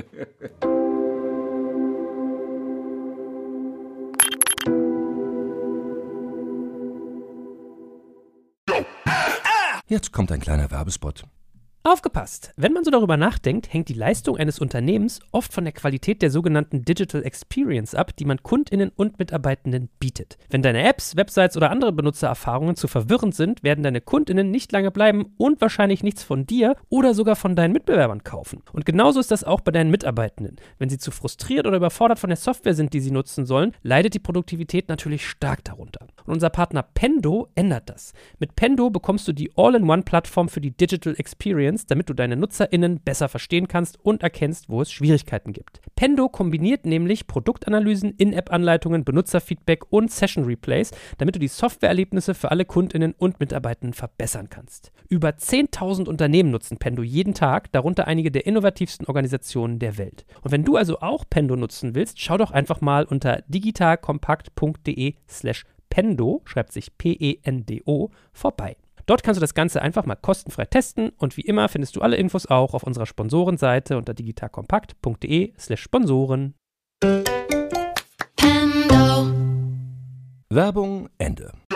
Jetzt kommt ein kleiner Werbespot. Aufgepasst! Wenn man so darüber nachdenkt, hängt die Leistung eines Unternehmens oft von der Qualität der sogenannten Digital Experience ab, die man KundInnen und Mitarbeitenden bietet. Wenn deine Apps, Websites oder andere Benutzererfahrungen zu verwirrend sind, werden deine KundInnen nicht lange bleiben und wahrscheinlich nichts von dir oder sogar von deinen Mitbewerbern kaufen. Und genauso ist das auch bei deinen Mitarbeitenden. Wenn sie zu frustriert oder überfordert von der Software sind, die sie nutzen sollen, leidet die Produktivität natürlich stark darunter. Und unser Partner Pendo ändert das. Mit Pendo bekommst du die All-in-One-Plattform für die Digital Experience, damit du deine NutzerInnen besser verstehen kannst und erkennst, wo es Schwierigkeiten gibt. Pendo kombiniert nämlich Produktanalysen, In-App-Anleitungen, Benutzerfeedback und Session-Replays, damit du die Softwareerlebnisse für alle KundInnen und Mitarbeitenden verbessern kannst. Über zehntausend Unternehmen nutzen Pendo jeden Tag, darunter einige der innovativsten Organisationen der Welt. Und wenn du also auch Pendo nutzen willst, schau doch einfach mal unter digitalkompakt.de slash Pendo, schreibt sich P E N D O, vorbei. Dort kannst du das Ganze einfach mal kostenfrei testen und wie immer findest du alle Infos auch auf unserer Sponsorenseite unter digitalkompakt.de slash Sponsoren. Werbung Ende.